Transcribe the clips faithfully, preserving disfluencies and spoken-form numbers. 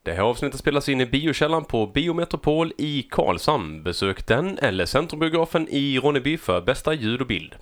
Det här avsnittet spelas in i biokällan på Biometropol i Karlshamn. Besök den eller Centrumbiografen i Ronneby för bästa ljud och bild.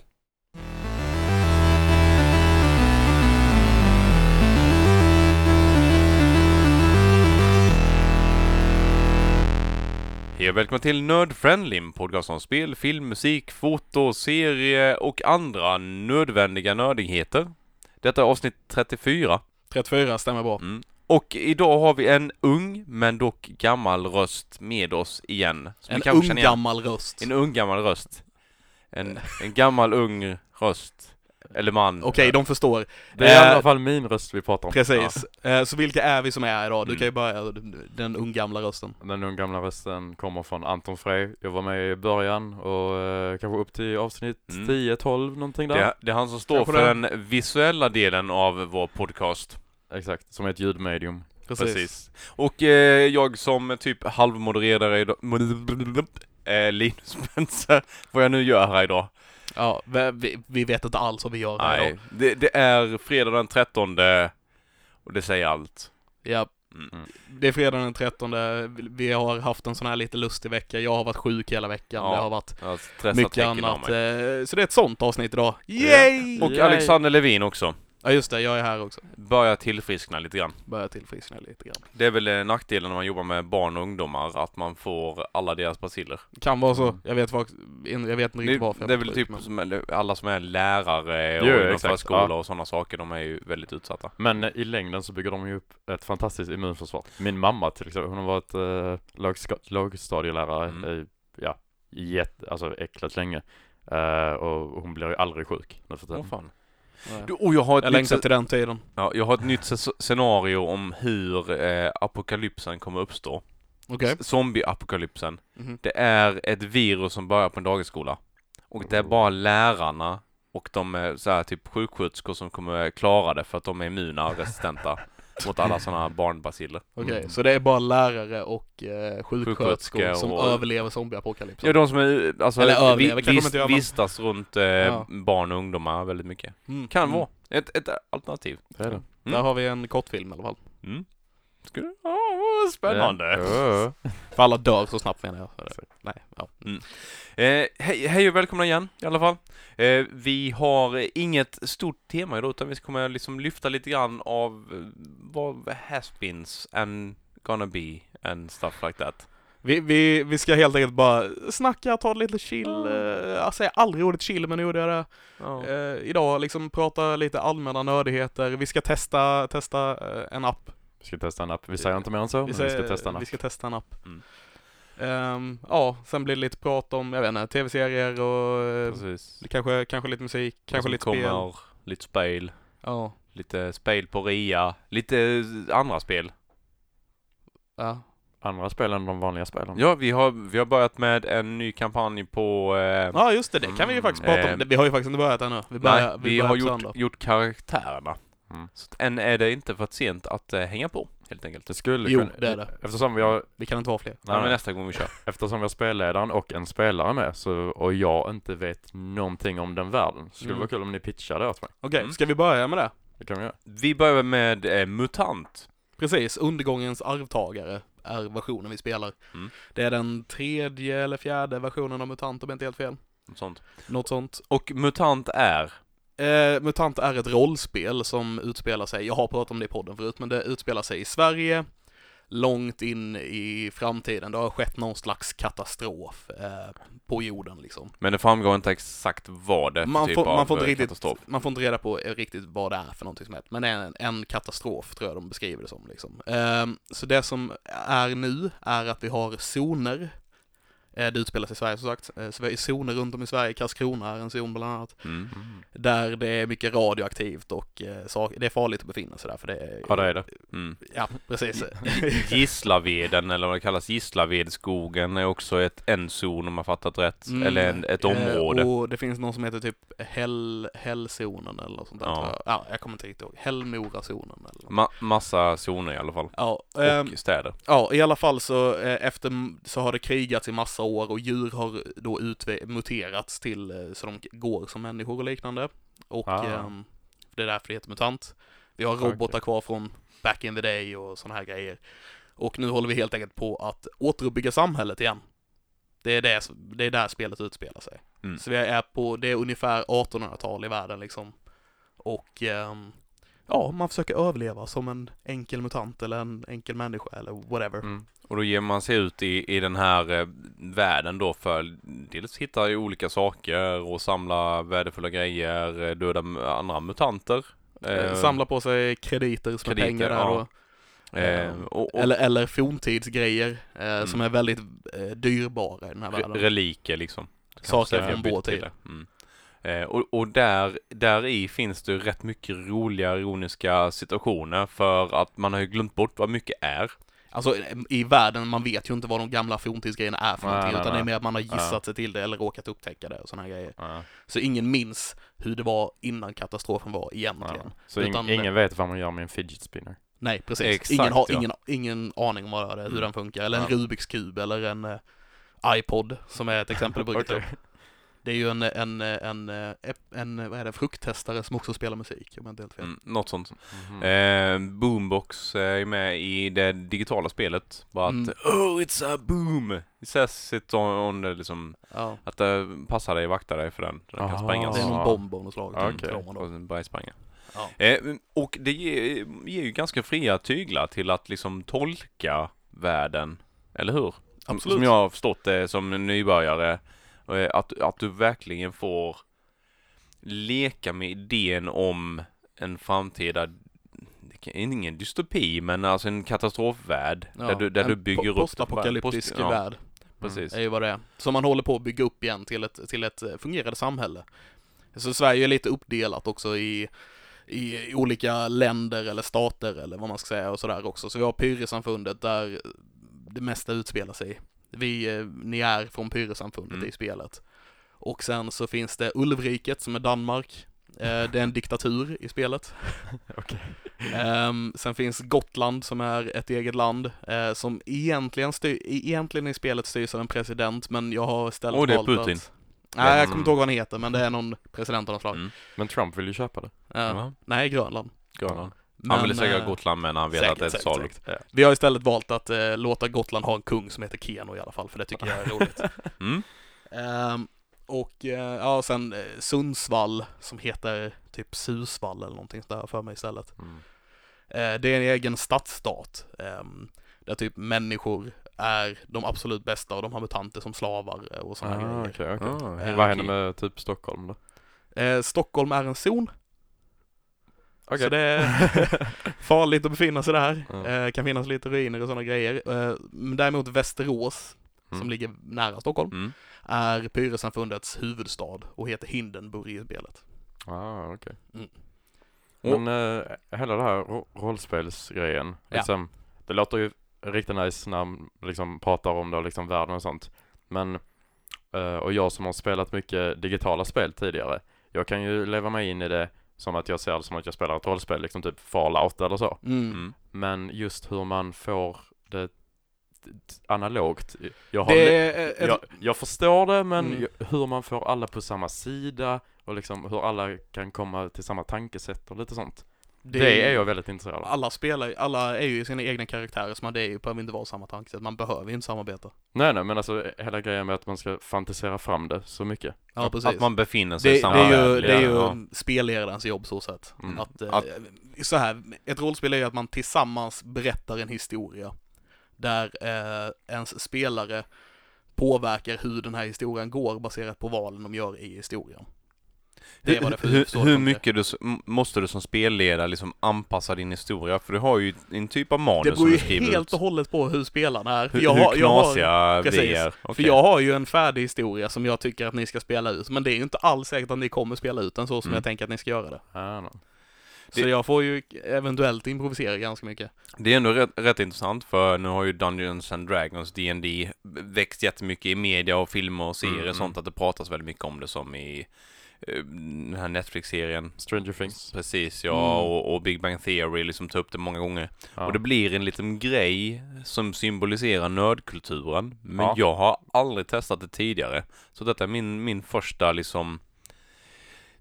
Hej och välkommen till Nerd Friendly, en podcast om spel, film, musik, foto, serie och andra nödvändiga nördigheter. Detta är avsnitt trettiofyra. trettiofyra stämmer bra. Mm. Och idag har vi en ung men dock gammal röst med oss igen. En ung gammal röst. En ung gammal röst. En, en gammal ung röst. Eller man. Okej, okay, de förstår. Det är i alla fall min röst vi pratar om. Precis. Ja. Så vilka är vi som är här idag? Du Mm. kan ju börja den ung gamla rösten. Den ung gamla rösten kommer från Anton Frey. Jag var med i början och eh, kanske upp till avsnitt Mm. tio tolv någonting där. Det, det är han som står Kanske för det. den visuella delen av vår podcast. Exakt, som ett ljudmedium. Precis. Precis. Och eh, jag som typ halvmodererare idag, eh, Linus Spencer, vad jag nu gör här idag. Ja, vi, vi vet inte alls vad vi gör här Nej, idag. det, det är fredag den trettonde och det säger allt. Ja, Mm. det är fredag den trettonde. Vi har haft en sån här lite lustig vecka. Jag har varit sjuk hela veckan. Ja, Det har varit Jag har stressat mycket häcken av annat. mig. eh, Så det är ett sånt avsnitt idag. Yay! Och Yay! Alexander Levin också. Ja just det, jag är här också. Börjar tillfriskna lite grann. Börjar tillfriskna lite grann. Det är väl eh, nackdelen när man jobbar med barn och ungdomar, att man får alla deras baciller. Kan vara så. Jag vet, vad, jag vet inte riktigt Det, varför jag det är blir väl sjuk, typ men- som, är- alla som är lärare och Jo, inom exakt, förskola ja. och sådana saker, de är ju väldigt utsatta. Men eh, i längden så bygger de ju upp ett fantastiskt immunförsvar. Min mamma till exempel, hon har varit eh, lågska- lågstadielärare Mm. i, ja, jätte, alltså äckligt länge. Eh, och hon blir ju aldrig sjuk nu för Åh tiden. fan. Nej. Du, och jag har ett Jag nytt, längtar sce- till den tiden. ja, jag har ett nytt sce- scenario om hur eh, apokalypsen kommer uppstå. Okej. S- Zombie-apokalypsen. Mhm. Det är ett virus som börjar på en dagisskola. Och det är bara lärarna och de är så här, typ sjuksköterskor som kommer klara det för att de är immuna och resistenta mot alla sådana barnbaciller. Okej, Mm. så det är bara lärare och eh, sjuksköterskor Sjuksköterskor som och- överlever zombieapokalypsen. Ja, de som är, alltså, Eller överlever, vi, kanske de vis, inte gör, men- vistas runt eh, Ja. barn och ungdomar väldigt mycket. Mm. Kan mm. vara ett, ett alternativ. Det är det. Mm. Där har vi en kortfilm i alla fall. Mm. Skulle, oh, spännande. Ja. Ja. För alla dör så snabbt menar jag. Så det- Nej, ja. Eh, hej, hej och välkomna igen i alla fall. Eh, vi har inget stort tema idag, utan vi kommer liksom lyfta lite grann av eh, vad has beens and gonna be and stuff like that. Vi, vi, vi ska helt enkelt bara snacka, ta det lite chill. Eh, jag säger aldrig ordet chill, men nu gjorde jag det. Ja. Eh, idag liksom prata lite allmänna nördigheter. Vi ska testa, testa eh, en app. Vi ska testa en app. Vi säger inte mer än så, men vi ska testa en app. Vi ska testa en app. Mm. Ehm, ja, sen blir det lite prat om, jag vet inte, tv-serier och eh, Precis. kanske, kanske lite musik, Vad kanske som lite kommer, spel. lite spel, Ja, lite spel på rea, lite andra spel. ja. Andra spel än de vanliga spelen. Ja, vi har, vi har börjat med en ny kampanj på... Eh, Ja just det, det kan vi ju faktiskt Mm, prata om. eh, Vi har ju faktiskt inte börjat ännu. Vi, börjar, nej, vi, börjar har på gjort, söndag. gjort karaktärerna. Mm. Så att än är det inte för sent att eh, hänga på, helt enkelt. Det skulle Jo, kunna, det är det. Eftersom vi har, Vi kan inte vara fler. Ja, men nästa gång vi kör. eftersom vi har spelledaren och en spelare med så, och jag inte vet någonting om den världen, så skulle det Mm. vara kul om ni pitchade åt mig. Okej, Mm. ska vi börja med det? Det kan vi göra. Vi börjar med eh, MUTANT. Precis, Undergångens arvtagare är versionen vi spelar. Mm. Det är den tredje eller fjärde versionen av MUTANT om jag inte helt fel. och Sånt. Något sånt. Och MUTANT är... Eh, MUTANT är ett rollspel som utspelar sig, jag har pratat om det i podden förut, men det utspelar sig i Sverige långt in i framtiden. Det har skett någon slags katastrof eh, på jorden liksom. Men det framgår inte exakt vad det är för Man typ får, av man, får inte eh, riktigt, katastrof. man får inte reda på eh, riktigt vad det är för någonting som helst. Men det är en, en katastrof tror jag de beskriver det som. Liksom. Ehm, så det som är nu är att vi har zoner. Eh, det utspelar sig i Sverige som sagt. Eh, så vi har zoner runt om i Sverige. Karlskrona är en zon bland annat. Mm. Där det är mycket radioaktivt och eh, sak- det är farligt att befinna sig där. För det är, Ja, det är det. Mm. Ja, precis. Gislaveden, eller vad det kallas, Gislavedskogen, är också ett, en zon om man fattat rätt. Mm, Eller en, ett eh, område. och det finns någon som heter typ Hell, Hellzonen eller något sånt där. Ja. tror jag. Ja, jag kommer inte riktigt ihåg. Hellmorazonen eller något. Ma- massa zoner i alla fall. Ja, Och ehm, städer. ja, i alla fall så eh, efter m- så har det krigats i massa år och djur har då utve- muterats till eh, så de går som människor och liknande. Och Ah. ehm, det är därför det heter mutant. Vi har robotar kvar från back in the day och såna här grejer. Och nu håller vi helt enkelt på att återuppbygga samhället igen. Det är, det, det är där spelet utspelar sig. Mm. Så vi är på, det är ungefär artonhundratal i världen liksom. Och ehm, ja, man försöker överleva som en enkel mutant eller en enkel människa eller whatever. Mm. Och då ger man sig ut i, i den här eh, världen då för dels hitta ju olika saker och samla värdefulla grejer, eh, döda m- andra mutanter. Eh, Samla på sig krediter som krediter, är pengar där ja. då. Eh, och, och Eller, eller forntidsgrejer eh, Mm. som är väldigt eh, dyrbara i den här re- världen. reliker liksom. Kan Saker man säga, från bytt vår till tid. det. Mm. Eh, och och där, där i finns det rätt mycket roliga, ironiska situationer för att man har ju glömt bort vad mycket är. Alltså i världen, man vet ju inte vad de gamla forntidsgrejerna är för Nej, någonting, nej, utan det är nej. mer att man har gissat Ja. sig till det eller råkat upptäcka det och sådana här grejer. Ja. Så ingen minns hur det var innan katastrofen var Ja. egentligen. Så Utan- ing- ingen vet vad man gör med en fidget spinner. Nej, precis. Exakt, ingen har ja. ingen, ingen aning om vad det är, hur Mm. den funkar. Eller en Ja. Rubiks kub eller en eh, iPod som är ett exempel jag brukar ta upp. Okej. Det är ju en, en, en, en, en vad är det, frukttestare som också spelar musik, om jag inte helt fel. Mm, något sånt. Mhm. Eh, Boombox är ju med i det digitala spelet. Bara att Mm. oh, it's a boom! It says it on, on the, liksom, Ja. att det passar dig, vakta dig för den. Den kan Aha. sprängas. Det är Ja. någon bomb av något slag. Okej. Okay. Tror man Och då. sen börjar spränga. Ja. Eh, och det ger, ger ju ganska fria tyglar till att liksom tolka världen, eller hur? Som- Absolut. Som jag har förstått det som nybörjare. eh, Att, att du verkligen får leka med idén om en framtida, det kan- ingen dystopi, men alltså en katastrofvärld. Ja, där du, där en du bygger po- upp... postapokalyptisk post- ja, värld precis. är ju vad det är. Som man håller på att bygga upp igen till ett, till ett eh, fungerande samhälle. Så Sverige är lite uppdelat också i, i, i olika länder eller stater eller vad man ska säga och sådär också. Så vi har Pyresamfundet där det mesta utspelar sig. Vi, eh, ni är från Pyresamfundet Mm. i spelet. Och sen så finns det Ulvriket som är Danmark. Eh, det är en diktatur i spelet. Okej. Ehm, sen finns Gotland som är ett eget land eh, som egentligen, styr, egentligen i spelet styrs av en president, men jag har istället Åh, det är valt Putin. att... Nej, jag Mm. kommer inte ihåg vad han heter, men det är någon president av något slag. Mm. Men Trump vill ju köpa det. Eh, Ja. Nej, Grönland. Grönland. Men, Han ville säga eh, Gotland, men han vet säkert, att det är ett säkert, salu. säkert. Vi har istället valt att eh, låta Gotland ha en kung som heter Keno i alla fall, för det tycker jag är roligt. Mm. Ehm, och eh, ja, sen eh, Sundsvall som heter typ Susvall eller någonting sådär för mig istället. Mm. Eh, det är en egen stadsstat ehm, där typ människor är de absolut bästa och de har mutanter som slavar eh, och sådana Ah, grejer. okej, okej. Ah, Eh, Vad händer okej. med typ Stockholm då? Eh, Stockholm är en zon, Okej. så det är farligt att befinna sig där. Ja. Eh, kan finnas lite ruiner och sådana grejer. Eh, men däremot Västerås, som Mm. ligger nära Stockholm, Mm. är Pyresamfundets huvudstad och heter Hindenburg i spelet. Ah, okej. Mm. Men eh, hela det här ro- rollspelsgrejen, Ja. liksom, det låter ju riktigt nice när man liksom pratar om det och liksom världen och sånt. Men, eh, och jag som har spelat mycket digitala spel tidigare, jag kan ju leva mig in i det som att jag ser det som att jag spelar ett rollspel, liksom typ Fallout eller så. Mm. Mm. Men just hur man får det t- t- analogt. Jag, har Det le- är ett, jag, jag förstår det, men Mm. jag- hur man får alla på samma sida och liksom hur alla kan komma till samma tankesätt och lite sånt. Det, är jag väldigt intresserad av. Alla spelar, alla är ju sina egna karaktärer, så man det är ju, behöver inte vara samma tankesätt. Man behöver ju inte samarbeta. Nej, nej, men alltså hela grejen med att man ska fantisera fram det så mycket. Ja, Att- precis. Att man befinner sig det, i samma det är ju, värld. det är ju ja. spelledarens jobb så sett. Mm. Att, eh, Att- så här, ett rollspel är ju att man tillsammans berättar en historia där eh, ens spelare påverkar hur den här historien går baserat på valen de gör i historien. Det är vad det för- hur, så hur funkar. mycket du, s- m- måste du som spelledare liksom anpassa din historia? För du har ju en typ av manus Det beror som ju du skriver helt ut. och hållet på hur spelarna är. För Hur, jag hur har, jag har, knasiga precis. vi är. För Okej. jag har ju en färdig historia som jag tycker att ni ska spela ut, men det är ju inte alls säkert att ni kommer spela ut den så som Mm. jag tänker att ni ska göra det. Ah, no. Så Det- jag får ju eventuellt improvisera ganska mycket. Det är ändå rätt, rätt intressant, för nu har ju Dungeons and Dragons, D and D, växt jättemycket i media och filmer och serier Mm, och sånt, att det pratas väldigt mycket om det, som i eh, den här Netflix-serien. Stranger Things. Precis, ja, Mm. och, och Big Bang Theory liksom tar upp det många gånger. Ja. Och det blir en liten grej som symboliserar nördkulturen. Men Ja. jag har aldrig testat det tidigare. Så detta är min, min första liksom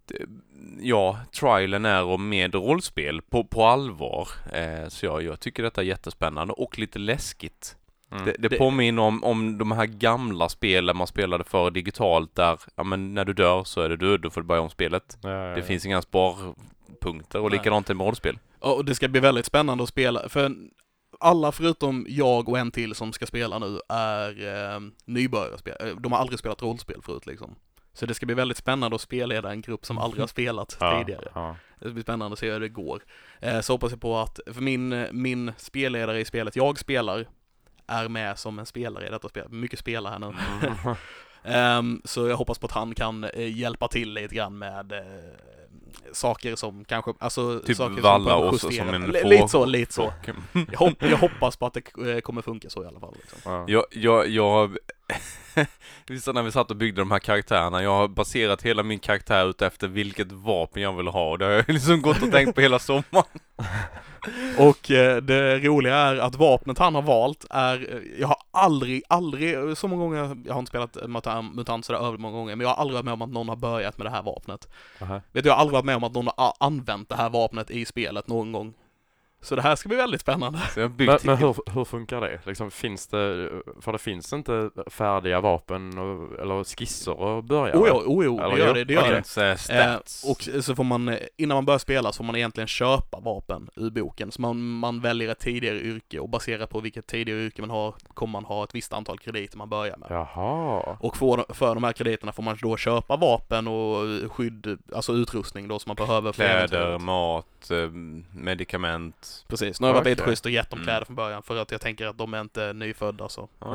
ja, trialen är om med rollspel på, på allvar. Eh, så jag, jag tycker detta är jättespännande och lite läskigt. Mm. Det, det påminner om, om de här gamla spelen man spelade för digitalt där, ja men när du dör så är du död, då får du börja om spelet. Ja, ja, ja. Det finns inga sparpunkter och Nej. likadant med rollspel. Och det ska bli väldigt spännande att spela, för alla förutom jag och en till som ska spela nu är eh, nybörjarspel. De har aldrig spelat rollspel förut liksom. Så det ska bli väldigt spännande att spelleda en grupp som aldrig har spelat Ja, tidigare. ja. Det blir spännande att se hur det går. Eh, så hoppas jag på att, för min, min spelledare i spelet jag spelar är med som en spelare i detta spel. Mycket spelar här nu. um, så jag hoppas på att han kan eh, hjälpa till lite grann med eh, saker som kanske, alltså Typ saker valla som också som en L- få- Lite så, lite så. Jag, hopp, jag hoppas på att det eh, kommer funka så i alla fall. Liksom. Ja. Jag, jag, jag visst när vi satt och byggde de här karaktärerna, jag har baserat hela min karaktär ut efter vilket vapen jag vill ha och det har jag liksom gått och tänkt på hela sommaren. Och eh, det roliga är att vapnet han har valt är, eh, jag har aldrig, aldrig, så många gånger, jag har inte spelat Mutant, Mutant sådär över många gånger, men jag har aldrig varit med om att någon har börjat med det här vapnet. Aha. Vet du, jag har aldrig varit med om att någon har använt det här vapnet i spelet någon gång. Så det här ska bli väldigt spännande. Så jag har byggt Men, men till- hur, hur funkar det? Liksom, finns det, för det finns inte färdiga vapen och, eller skisser att börja Oh med? jo, oh jo, det Eller gör jo? det, det gör Okej. det. Så, eh, stats. Eh, och så får man, innan man börjar spela så får man egentligen köpa vapen ur boken. Så man, man väljer ett tidigare yrke och baserat på vilket tidigare yrke man har kommer man ha ett visst antal krediter man börjar med. Jaha. Och för, för de här krediterna får man då köpa vapen och skydd, alltså utrustning då som man behöver för Kläder, äventyret. mat, eh, medikament. Precis, nu har jag varit lite Okej. schysst och gett dem Mm. kläder från början för att jag tänker att de är inte nyfödda så. Ah.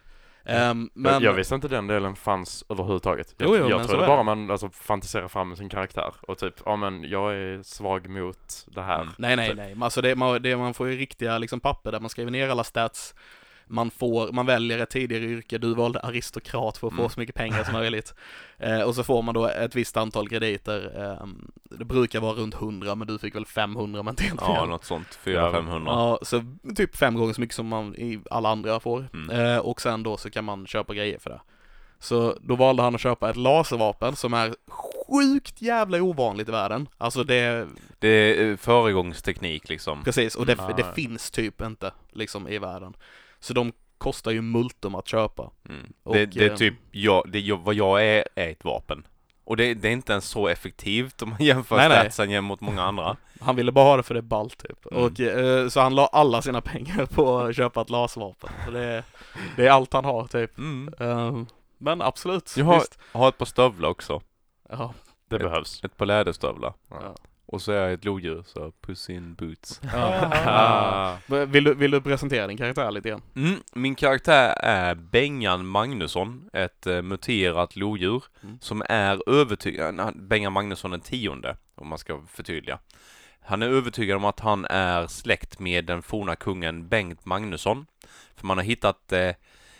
Ehm, Men... men Jag visste inte den delen fanns överhuvudtaget. Jag, Jo, jo, jag men så trodde är bara det. man alltså, fantiserar fram sin karaktär och typ, ja men jag är svag mot det här. Mm. nej, nej, Typ. nej. Men Alltså det, man, det, man får ju riktiga liksom, papper där man skriver ner alla stats. Man får, man väljer ett tidigare yrke, du valde aristokrat för att få Mm. så mycket pengar som möjligt. Eh, och så får man då ett visst antal krediter. Eh, det brukar vara runt hundra, men du fick väl femhundra men inte helt Ja, fel. något sånt. fyra till femhundra. Ja, så typ fem gånger så mycket som man i alla andra får. Mm. Eh, och sen då så kan man köpa grejer för det. Så då valde han att köpa ett laservapen som är sjukt jävla ovanligt i världen. Alltså det, Det är eh, föregångsteknik liksom. precis, och det, Mm. det Ah. finns typ inte liksom i världen. Så de kostar ju multum att köpa. Mm. Och, det, det är eh, typ, jag, det, jag, vad jag är, är ett vapen. Och det, det är inte ens så effektivt om man jämför Nej, nej. statsen jämfört mot många andra. Han ville bara ha det för det är ballt typ. Mm. Och, eh, så han la alla sina pengar på att köpa ett laservapen. Så det, det är allt han har typ. Mm. Eh, men absolut. Jag har, visst. har ett par stövlar också. Ja, Det Ett- behövs. Ett par läderstövlar. ja. Och så är jag ett lodjur, så puss in boots. Ah. Men Vill du, vill du presentera din karaktär lite grann? Mm, min karaktär är Bengan Magnusson, ett eh, muterat lodjur Mm. som är övertygad, Bengan Magnusson den tionde, om man ska förtydliga. Han är övertygad om att han är släkt med den forna kungen Bengt Magnusson. För man har hittat eh,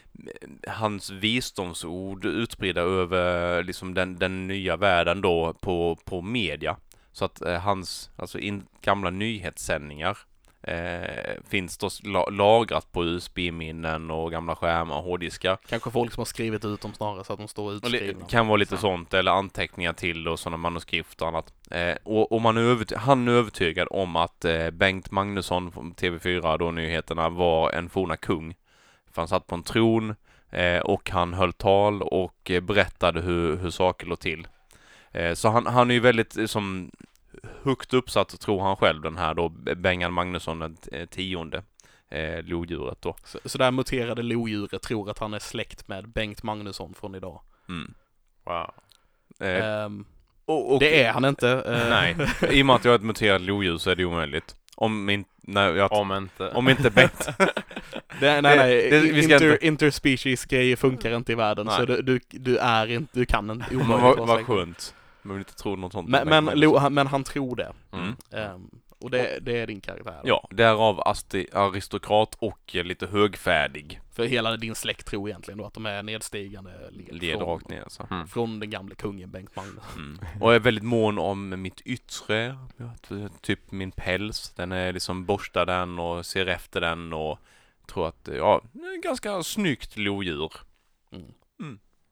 hans visdomsord utspridda över liksom den, den nya världen då på, på media. Så att eh, hans alltså in, gamla nyhetssändningar eh, finns då la, lagrat på U S B-minnen och gamla skärmar och hårddiskar. Kanske folk som har skrivit ut dem snarare så att de står Och utskrivna. det kan vara lite Ja. sånt, eller anteckningar till och sådana manuskript och annat. Eh, och och man är övert- han är övertygad om att eh, Bengt Magnusson från T V fyra, då nyheterna, var en forna kung. För han satt på en tron eh, och han höll tal och eh, berättade hur, hur saker låg till. Eh, så han, han är ju väldigt eh, som högt uppsatt, tror han själv, den här då, Bengan Magnusson den eh, tionde. Eh, lodjuret då. Så, så där muterade lodjuret tror att han är släkt med Bengt Magnusson från idag. Mm. Wow. Eh, Ehm, och, och, det är han inte. eh. Nej, i och med att jag är ett muterat lodjur så är det omöjligt. Om, in, nej, jag, om, Om inte. om inte Bengt. det, nej, nej. det- vi ska Inter, inte- interspecies grejer funkar inte i världen. Nej. Så du, du, du är inte, du kan inte Men omöjligt vad, vara vad släkt. skönt. Man vill inte tro något sånt. Men, om men, Bengt lo, Magnusson. han, men han tror det. Mm. Ehm, och det, det är din karaktär. Ja, därav asti, aristokrat och eh, lite högfärdig. För hela din släkt tror egentligen då att de är nedstigande led Led från, rakt ner så. Mm. från den gamla kungen Bengt Magnusson. Mm. Och är väldigt mån om mitt yttre. Ja, t- typ min päls. Den är liksom borstar den och ser efter den och tror att, ja, det är ett ganska snyggt lodjur. Mm. Mm.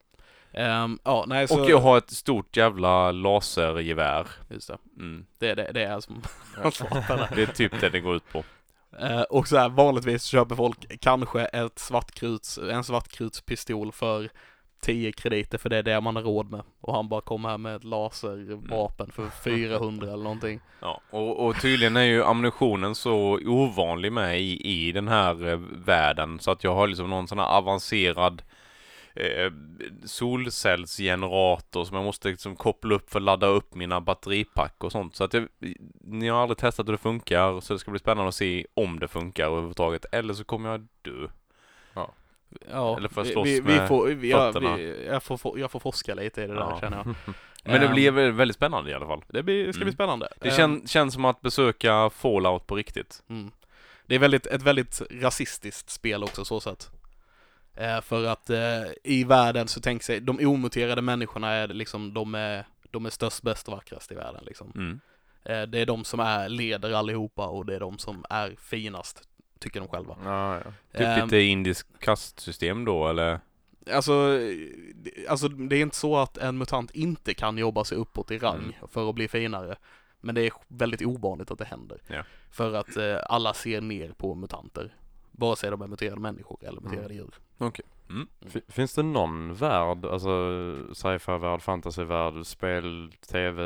Um, ja, nej, så... Och jag har ett stort jävla lasergevär. Just det. Mm. Det, det, det är som hans vapen. Det är typ det det går ut på. Uh, och så här, vanligtvis köper folk kanske ett svartkruts, en svartkrutspistol för tio krediter, för det är det man har råd med. Och han bara kommer här med ett laservapen för fyrahundra eller någonting. Ja, och, och tydligen är ju ammunitionen så ovanlig med i, i den här eh, världen, så att jag har liksom någon sån här avancerad eh, solcellsgenerator som jag måste liksom koppla upp för att ladda upp mina batteripack och sånt. Så att jag, ni har aldrig testat hur det funkar, så det ska bli spännande att se om det funkar överhuvudtaget. Eller så kommer jag dö. Ja. Ja, eller för att slåss vi, vi, med vi får, vi, ja, fötterna. vi, jag, får, jag får forska lite i det där, Ja. känner jag. Men det Um, blir väl väldigt spännande i alla fall. Det blir, ska bli Mm. spännande. Det Um, kän, känns som att besöka Fallout på riktigt. Mm. Det är väldigt, ett väldigt rasistiskt spel också, så sätt. Eh, för att eh, i världen så tänker sig, de omuterade människorna är liksom, de är, de är störst, bäst och vackrast i världen liksom. Mm. Eh, det är de som är leder allihopa, och det är de som är finast, tycker de själva. Ja, ja. Typ Ehm, lite indiskt kastsystem då, eller? Alltså, det- alltså, det är inte så att en mutant inte kan jobba sig uppåt i rang Mm. för att bli finare. Men det är väldigt ovanligt att det händer. Ja. För att eh, alla ser ner på mutanter. Vare sig de är muterade människor eller Mm. muterade djur. Okej. Mm. F- Finns det någon värld, alltså sci-fi-värld, fantasy-värld, spel, tv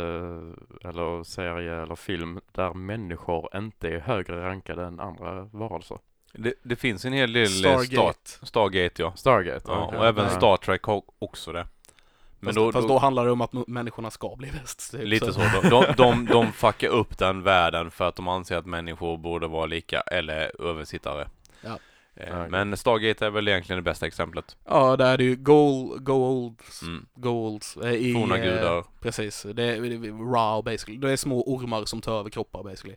eller serie eller film där människor inte är högre rankade än andra varelser? Det, det finns en hel del eh, Stargate. Star, Stargate, ja. Stargate? Ja, okej. och även Ja. Star Trek har också det. Men fast, då, fast då, då handlar det om att m- människorna ska bli bäst. typ. lite så. De, de, de, de fuckar upp den världen för att de anser att människor borde vara lika, eller översittare. Ja. Eh, Okej. Men Stargate är väl egentligen det bästa exemplet. Ja, där är det ju Goal, Goals, Mm. Goals eh, i... Forna eh, gudar. Precis, det är, det är raw basically. Det är små ormar som tar över kroppar basically.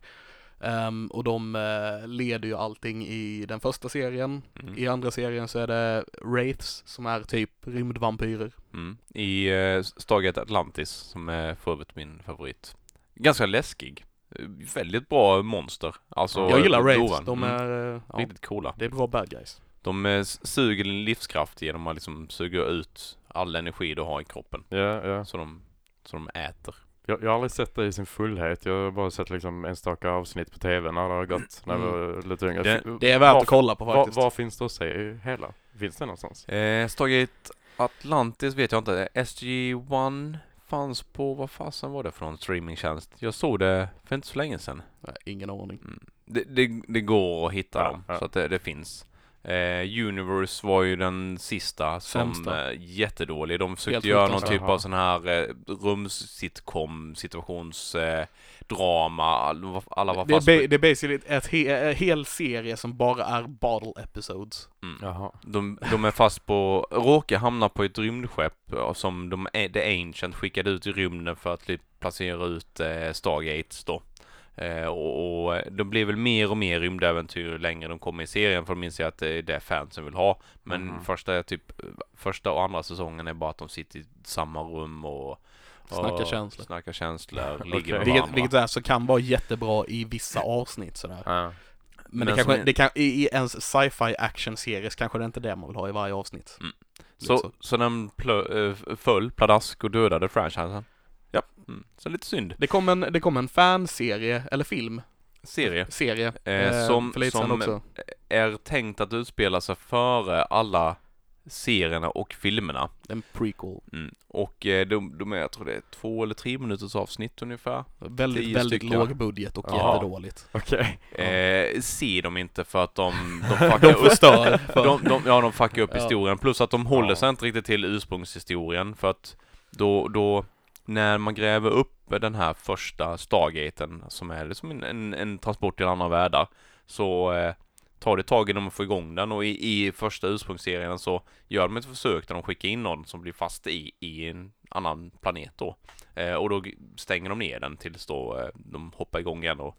Um, och de uh, leder ju allting i den första serien. Mm. I andra serien så är det Wraiths som är typ rymdvampyrer. Mm. I eh, Stargate Atlantis, som är för övrigt min favorit. Ganska läskig. Eh, Väldigt bra monster. Alltså, Jag gillar eh, Wraiths, boven. de Mm. är, uh, ja, Riktigt coola. det är bra bad guys. De eh, suger din livskraft genom att liksom suga ut all energi du har i kroppen. Ja, ja. Så de, så de äter. Jag, jag har aldrig sett det i sin fullhet. Jag har bara sett liksom enstaka avsnitt på tv när det har gått, när jag var lite yngre. Det- F- Det är värt var, att kolla på var, faktiskt. var finns det att se i hela? Finns det någonstans? Eh, Stargate Atlantis vet jag inte. S G ett fanns på, vad fasen var det för någon streamingtjänst? Jag såg det för inte så länge sedan. Nej, ingen aning. Mm. Det, det, det går att hitta Ja, dem, ja. så att det, det finns. Eh, Universe var ju den sista som Sämsta. eh, jättedålig. De försökte Helt göra någon fruktansvärt. typ av sån här eh, rums-sitcom, situations eh, drama. Alla, alla var Det är, fast. ba- det är basically ett he- en hel serie som bara är bottle episodes. Mm. Jaha. De, de är fast på, råkar hamna på ett rymdskepp ja, som de, The Ancient skickade ut i rymden för att li- placera ut eh, Stargates då. Eh, och, och de blir väl mer och mer rymdäventyr ju längre de kommer i serien, för de inser att det är det fansen vill ha. Men Mhm. första, är typ, första och andra säsongen är bara att de sitter i samma rum och, och Snackar känslor. snackar känslor, Okej. ligger med Vilket, varandra. vilket är så kan vara jättebra i vissa avsnitt sådär. Ja. Men, Men det som kanske, är- det kan, i, i ens sci-fi action-serie så kanske det inte är det man vill ha i varje avsnitt. Mm. Lite Så, så den plö, äh, föll pladask och dödade franchisen. Ja. Mm. Så lite synd. Det kom en, det kom en fanserie, eller film, Serie. serie, Eh, som- för lite sedan som- också. Är tänkt att utspela sig före alla serierna och filmerna. En prequel. Mm. Och eh, de, de är, jag tror det är två eller tre minuters avsnitt ungefär. Väldigt, Tio väldigt stycken. låg budget och Ja. jättedåligt. Okej. Eh, se dem inte för att de, de fuckar De upp. förstör. För, De, de, ja, de fuckar upp Ja. historien. Plus att de håller Ja. sig inte riktigt till ursprungshistorien. För att då, då när man gräver upp den här första Stargaten, som är liksom en, en, en transport till andra världar, så eh, tar det tag innan man får igång den. Och i, i första ursprungsserien så gör de ett försök där de skickar in någon som blir fast i, i en annan planet då. Eh, och då stänger de ner den tills då eh, de hoppar igång igen och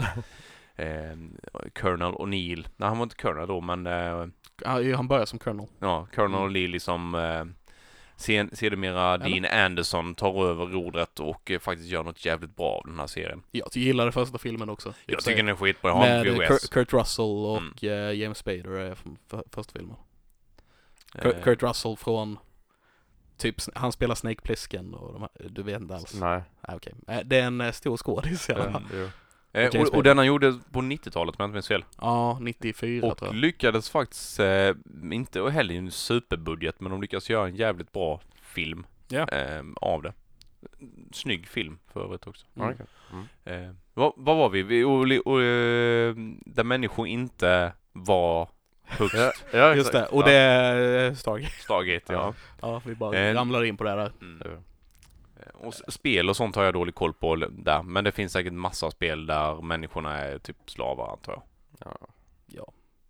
eh, Colonel O'Neill, nej han var inte Colonel då, men eh, ja, han börjar som Colonel. ja, Colonel Mm. O'Neill liksom eh, sen, sedermera Dean Anderson tar över rodret och eh, faktiskt gör något jävligt bra av den här serien. Jag gillade första filmen också. Jag tycker den är skitbra, jag har en Med V H Kurt, S. Kurt Russell och Mm. eh, James Spader är från för, första filmen. Eh, Kurt, Kurt Russell från typ, han spelar Snake Plissken och de här, du vet inte alls. Nej. Nej, okej. Okay. Det är en uh, stor skådis i alla fall. Ja, Eh, och, och den han gjorde på nittiotalet, om jag inte minns fel. Ja, nittiofyra och tror jag. lyckades faktiskt, eh, inte och heller en superbudget, men de lyckades göra en jävligt bra film Ja. eh, av det. Snygg film för övrigt också. Mm. okej. Mm. Eh, vad, vad var vi? vi och, och, eh, där människor inte var högst. Ja, ja, Just det, exakt. och Ja. det är Stargate. Stargate, ja. Ja, vi bara Eh, ramlar in på det där. Mm. Ja. Och s- spel och sånt har jag dålig koll på där, men det finns säkert massa spel där människorna är typ slavar, antar jag. Ja. Ja.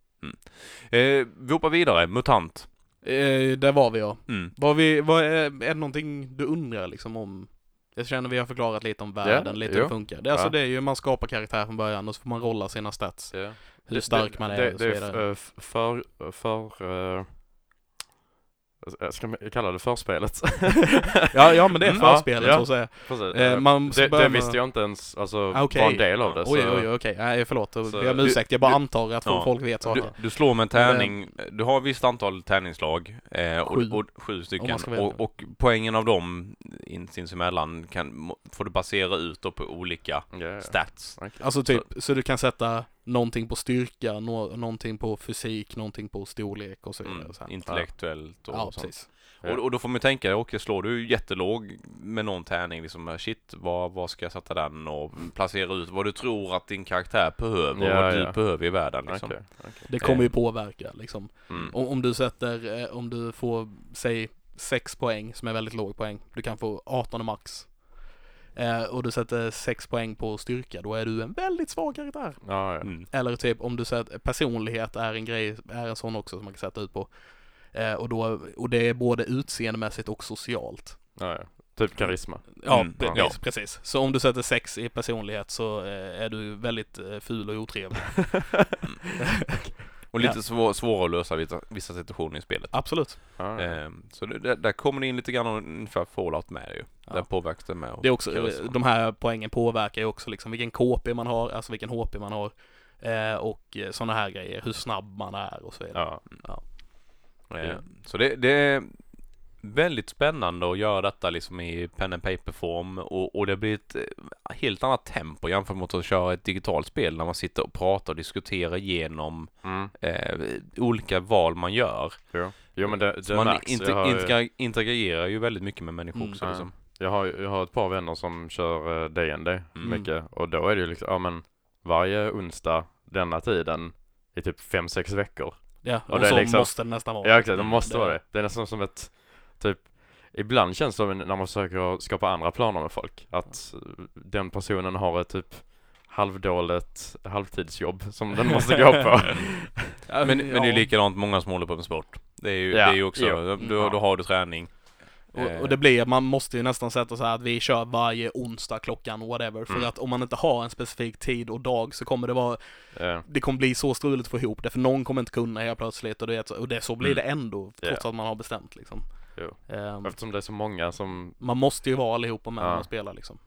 Eh, vi hoppar vidare, MUTANT. Eh, där var vi, ja. Mm. Var vi, var, är, är det någonting du undrar liksom om? Jag känner vi har förklarat lite om världen, Ja, lite jo. hur det funkar. Det, är alltså, Ja. det är ju, man skapar karaktär från början och så får man rolla sina stats. Ja. Hur stark det, man är det, och så det vidare. är f- för, för, eh, jag ska man kalla det förspelet? Ja, ja, men det är Mm, förspelet ja, så att säga. Precis. Eh, man ska det, börja det med- visste jag inte ens, alltså, Ah, okej. var en del av det. Oj, så, oj, oj, okej. Nej, förlåt. så- Jag ber om ursäkt. Jag bara du- antar att ja. folk vet Du, saker. du slår med en tärning, du har ett visst antal tärningslag, eh, och, Sju. och, sju Om stycken, man ska veta. och, och poängen av dem in, sinsemellan kan, må- får du basera ut då på olika Ja, ja. stats. Okej. Alltså typ, så, du kan sätta någonting på styrka, nå, någonting på fysik, någonting på storlek och så vidare. Mm, Så här. intellektuellt och Ja, sånt. precis. Ja. Och, och då får man tänka, okej, slår du jättelåg med någon tärning, liksom, shit, vad, vad ska jag sätta den, och placera ut vad du tror att din karaktär behöver, Ja, och vad du ja. behöver i världen, liksom. Okej, okej. Det kommer ju Eh. påverka liksom. Mm. Om, om du sätter, eh, om du får, säg sex poäng som är väldigt låg poäng. Du kan få arton max. Eh, och du sätter sex poäng på styrka, då är du en väldigt svag karaktär. Ja, ja. Mm. Eller typ om du sätter, personlighet är en grej, är en sån också som man kan sätta ut på. Eh, och, då, och det är både utseendemässigt och socialt. Ja, ja. Typ karisma. Ja, Mm, pre- ja. precis. Så om du sätter sex i personlighet så eh, är du väldigt eh, ful och otrevlig. Och lite Ja. svår, svårare att lösa vissa, vissa situationer i spelet. Absolut. Ja, ja. Eh, så det, där, där kommer det in lite grann av ungefär Fallout med det ju. Ja. Där påverkas det med. och Det är också, karisma. de här poängen påverkar ju också liksom vilken K P man har, alltså vilken H P man har. Eh, och sådana här grejer, hur snabb man är och så vidare. Ja. Eh, Så det, det är väldigt spännande att göra detta liksom i pen and paper form, och, och det blir ett eh, helt annat tempo jämfört mot att köra ett digitalt spel när man sitter och pratar och diskuterar igenom Mm. eh, olika val man gör. Jo. jo, men det, Så det man märks. inte, jag, har, ju- integra- interagerar ju väldigt mycket med människor Mm. också. Ja. Liksom. jag, har, jag har ett par vänner som kör eh, D and D Mm. mycket, och då är det ju liksom, ja men varje onsdag denna tiden i typ fem sex veckor. Ja, och, Och det är så liksom- måste det nästan vara. Ja, exakt, det Mm, måste det- vara det. Det är nästan som ett, typ, ibland känns det som när man försöker skapa andra planer med folk, att eh, den personen har ett typ halvdåligt halvtidsjobb som den måste gå på. Ja, Men, men det är ju ja. likadant många som håller på med sport. Det är ju, Ja, det är ju också, jo. då, då har du träning. Och, och det blir, man måste ju nästan sätta så här att vi kör varje onsdag klockan whatever. För Mm. att om man inte har en specifik tid och dag så kommer det vara, Eh, det kommer bli så struligt att få ihop det. För någon kommer inte kunna helt plötsligt och, det, och det, så blir Mm. det ändå, trots Ja. att man har bestämt liksom. Jo. Ehm, Eftersom det är så många som, man måste ju vara allihopa med Ja. när man spelar liksom.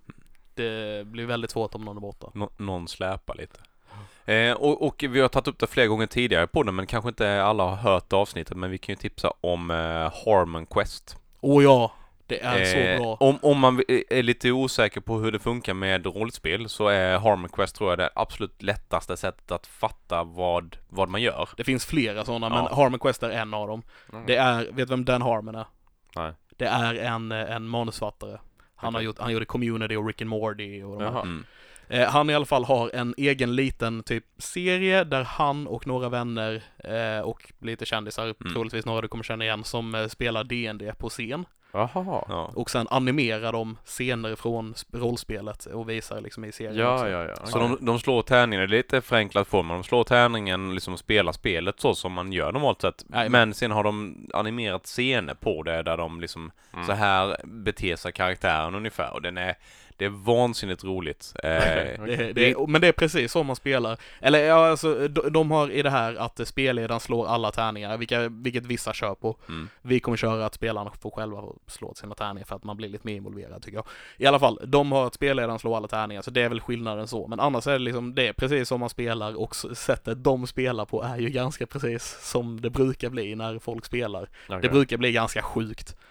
Det blir väldigt svårt om någon är borta. Nå- någon släpar lite. Eh, och, och vi har tagit upp det flera gånger tidigare på den, men kanske inte alla har hört avsnittet, men vi kan ju tipsa om eh, Harmon Quest. Åh ja, det är Eh, så bra. Om, om man är lite osäker på hur det funkar med rollspel, så är Harmon Quest, tror jag, det absolut lättaste sättet att fatta vad, vad man gör. Det finns flera sådana, Ja. men Harmon Quest är en av dem. mm. Det är, vet du vem Dan Harmon är? Nej. Det är en, en manusfattare. Han, har Okej. gjort, han gjorde Community och Rick and Morty och de här. Jaha. Mm. Eh, han i alla fall har en egen liten typ serie där han och några vänner eh, och lite kändisar, Mm. troligtvis några du kommer känna igen, som eh, spelar D and D på scen. Jaha. Ja. Och sen animerar de scener från sp- rollspelet och visar liksom i serien Ja, också. ja, ja. Så okej. de, de slår tärningen, det är lite förenklat form, men de slår tärningen liksom och spelar spelet så som man gör normalt sett. Nej, men sen har de animerat scener på det där de liksom, Mm. så här beter sig karaktären ungefär, och den är, det är vansinnigt roligt. Eh, Det, det, är- men det är precis så man spelar. Eller ja, alltså, de, de har i det här att spelledaren slår alla tärningar, vilka, vilket vissa kör på. mm. Vi kommer köra att spelarna får själva slå sina tärningar för att man blir lite mer involverad, tycker jag. I alla fall, de har att spelledaren slår alla tärningar, så det är väl skillnaden så. Men annars är det liksom, det är precis som man spelar, och s- sättet de spelar på är ju ganska precis som det brukar bli när folk spelar. Okej. Det brukar bli ganska sjukt.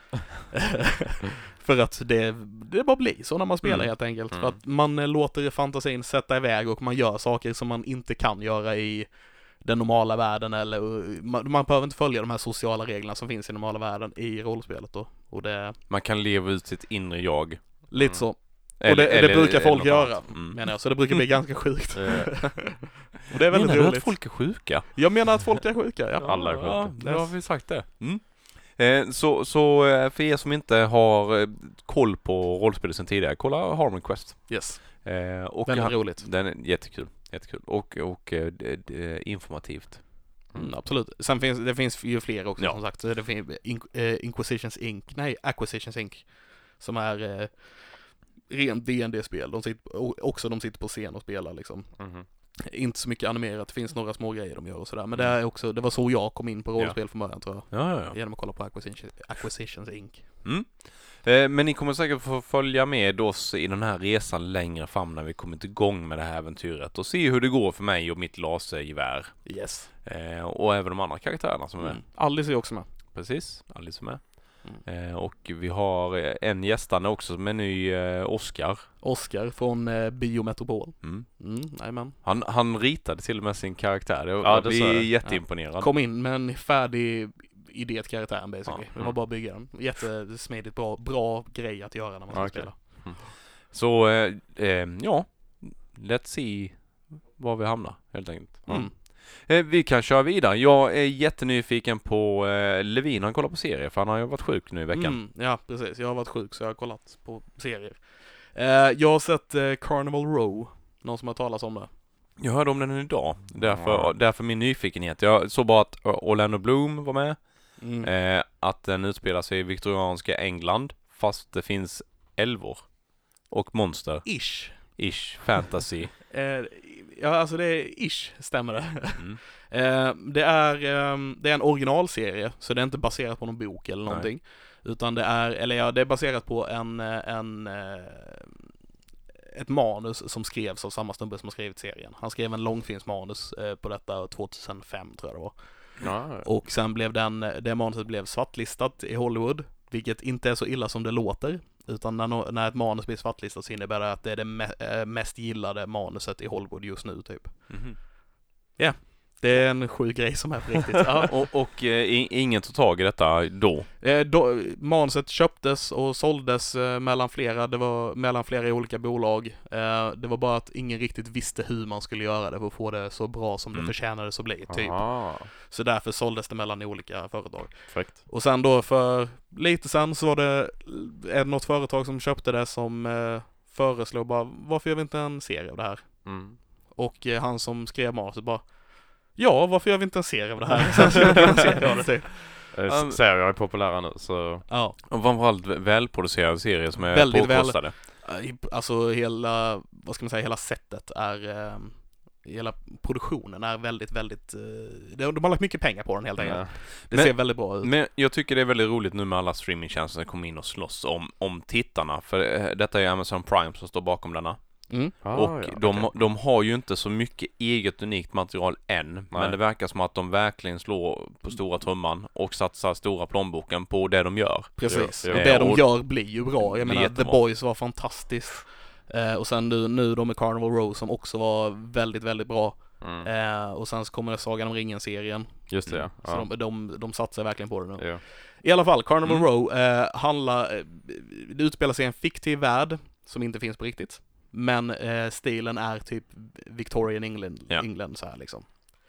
För att det, det bara blir så när man spelar Mm. helt enkelt. Mm. För att man eh, låter fantasin sätta iväg och man gör saker som man inte kan göra i den normala världen eller man, man behöver inte följa de här sociala reglerna som finns i den normala världen i rollspelet då. Och det Man kan leva ut sitt inre jag. lite Mm. så. Eller, och det, eller- det brukar eller folk något göra, annat. Mm. menar jag. Så det brukar bli ganska sjukt. Eh, Och det är väldigt Menar du roligt. att folk är sjuka? Jag menar att folk är sjuka, ja. Alla är sjuka. Ja, då har vi sagt det. Mm. Eh, så, så eh, för er som inte har eh, koll på rollspel sedan tidigare, kolla Harmon Quest. Yes. Eh, och Väldigt han- roligt. Den är jättekul. Jättekul. Och, och eh, det, det, informativt. Mm, absolut. Sen finns det finns ju fler också Ja. som sagt. Så det finns In, eh, Inquisitions Incorporated. Nej, Acquisitions Incorporated. Som är eh, rent D and D-spel. De sitter, och också de sitter på scen och spelar liksom. mhm. Inte så mycket animerat. Det finns några små grejer de gör och sådär. Men det är också, det var så jag kom in på rollspel från början tror jag. Ja, ja, ja. Genom att kolla på Acquisitions, Acquisitions Incorporated. Mm. Eh, men ni kommer säkert få följa med oss i den här resan längre fram när vi kommit igång med det här äventyret och se hur det går för mig och mitt lasergevär. Yes. Eh, och även de andra karaktärerna som är med. Mm. Alice är också med. Precis, Alice är med. Mm. Eh, och vi har eh, en gästande också som är ny, eh, Oscar. Oscar från eh, Biometropol. Mm. Mm, jajamän. Han, han ritade till och med sin karaktär. Det, Ja, det vi sa är jag. jätteimponerad. Kom in med en färdig idé till karaktären basically. Ja. Det var bara att bygga den. Jättesmidigt, bra, bra grej att göra när man ska Okej. spela. Så eh, eh, ja, let's see var vi hamnar helt enkelt. Mm. Eh, vi kan köra vidare. Jag är jättenyfiken på eh, Levin. Han kollar på serier för han har ju varit sjuk nu i veckan. Mm, ja, precis. Jag har varit sjuk så jag har kollat på serier. Eh, jag har sett eh, Carnival Row. Någon som har talat om det? Jag hörde om den idag. Därför, Ja. därför min nyfikenhet. Jag såg bara att Orlando Bloom var med. Mm. Eh, att den utspelar sig i viktorianska England. Fast det finns älvor. Och monster. Ish. Ish. Fantasy. Eh, ja, alltså det är ish, stämmer det. Mm. Eh, det, är, ehm, det är en originalserie, så det är inte baserat på någon bok eller någonting. Utan det är, eller ja, det är baserat på en, eh, en eh, ett manus som skrevs av samma snubbe som har skrivit serien. Han skrev en långfilmsmanus eh, på detta tjugohundrafem tror jag det var. Ja, Och sen blev den, det manuset blev svartlistat i Hollywood, vilket inte är så illa som det låter. Utan när, no- när ett manus blir svartlistat så innebär det att det är det me- eh, mest gillade manuset i Hollywood just nu typ. Mhm. Det är en sjuk grej som är på riktigt. Ja. Och, och eh, i- ingen tog tag i detta då. Eh, då, manuset köptes och såldes eh, mellan flera, det var mellan flera olika bolag. Eh, det var bara att ingen riktigt visste hur man skulle göra det för att få det så bra som Mm. det förtjänades att bli, typ. Aha, Så därför såldes det mellan olika företag. perfekt. Och sen då för lite sen så var det eh, något företag som köpte det som eh, föreslog bara, varför gör vi inte en serie av det här? Mm. Och eh, han som skrev manuset bara, ja, varför gör vi inte en serie av det här? Sen så gjorde vi en serie av det typ. Eh, Um, s- Serier är populära nu så Ja. Och framförallt välproducerade serier som är Väldigt väl- påkostade. Eh, Alltså hela, vad ska man säga, hela sättet är, eh, hela produktionen är väldigt, väldigt, eh, de de har lagt mycket pengar på den helt enkelt. ja. Det Men- ser väldigt bra ut. Men jag tycker det är väldigt roligt nu med alla streamingtjänster som kommer in och slåss om, om tittarna. För eh, detta är Amazon Prime som står bakom denna. Mm. Ah, och ja, de, okej. de har ju inte så mycket eget unikt material än. Men Nej. det verkar som att de verkligen slår på stora trumman och satsar stora plånboken på det de gör. Precis. Ja, och ja. det de Och- gör blir ju bra. Jag blir menar, The jättebra. Boys var fantastiskt. Eh, och sen nu, nu de med Carnival Row som också var väldigt, väldigt bra. Mm. Eh, och sen så kommer det Sagan om ringen-serien. Just det, ja. Så ja. de, de, de satsar verkligen på det nu. ja. I alla fall, Carnival Mm. Row eh, handlar, eh, det utspelar sig i en fiktiv värld som inte finns på riktigt. Men eh, stilen är typ Victorian England, Ja. England så här liksom.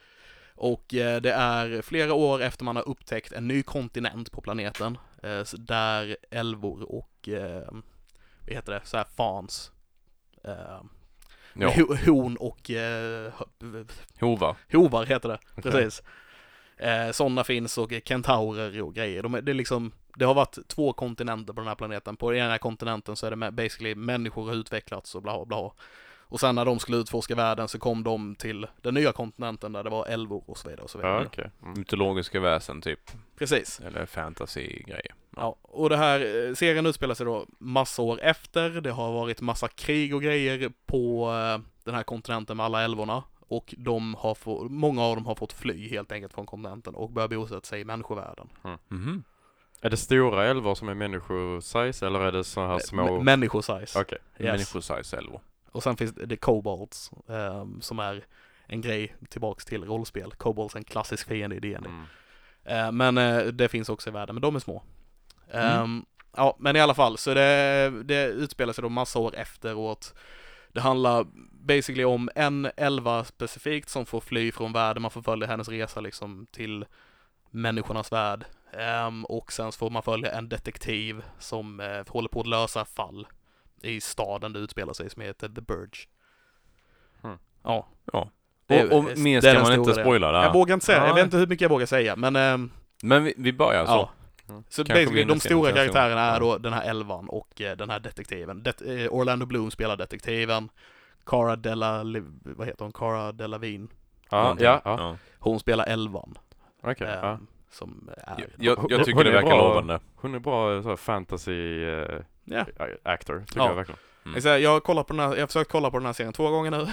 Och eh, det är flera år efter man har upptäckt en ny kontinent på planeten eh, så där älvor och eh, vad heter det, så här fans eh, Ja, ho- hon och eh, h- hovar. hovar heter det, precis. Eh, sådana finns och kentaurer och grejer. De är, det, är liksom, det har varit två kontinenter på den här planeten. På den här kontinenten så är det med, basically människor har utvecklats och bla bla. Och sen när de skulle utforska världen så kom de till den nya kontinenten där det var älvor och så vidare. Och så vidare. Ja, okej. Mm. Mytologiska väsen typ. Precis. Eller fantasy-grejer. Ja, och det här eh, serien utspelar sig då massa år efter. Det har varit massa krig och grejer på eh, den här kontinenten med alla älvorna. Och de har få, många av dem har fått fly helt enkelt från kontinenten och börjat bosätta sig i människovärlden. Mhm. Är det stora älvor som är människosize eller är det så här små? M- människosize. Okej. Yes. Människosize älvor. Och sen finns det kobolds um, som är en grej tillbaks till rollspel. Kobolds är en klassisk fiende i D and D. Mm. Uh, men uh, det finns också i världen, men de är små. Um, Mm. Ja, men i alla fall, så det, det utspelar sig då massa år efteråt. Det handlar basically om en elva specifikt som får fly från världen. Man får följa hennes resa liksom till människornas värld. Um, och sen så får man följa en detektiv som uh, håller på att lösa fall i staden det utspelar sig, som heter The Burge. Mm. Ja. Ja. Det- Och, och det- mer det är ska den man inte stora spoila där. Jag vågar inte säga, jag Nej. vet inte hur mycket jag vågar säga, men um, Men vi, vi börjar så. ja. Mm. Så Kanske basically, vinner de serien stora till nästa karaktärerna är gång. då den här elvan och eh, den här detektiven. Det, eh, Orlando Bloom spelar detektiven. Cara Della, vad heter hon? Cara Delevingne. Ja, Någonting. ja, ja. Ja. Hon spelar elvan. Okej. eh, ja. Som är... Jag, jag, jag tycker Hon det är verkar bra. lovande. Hon är bra så här, fantasy eh, Ja. actor, tycker Ja. jag verkligen. Mm. Jag, säger, jag, har kollat på den här, jag har försökt kolla på den här serien två gånger nu.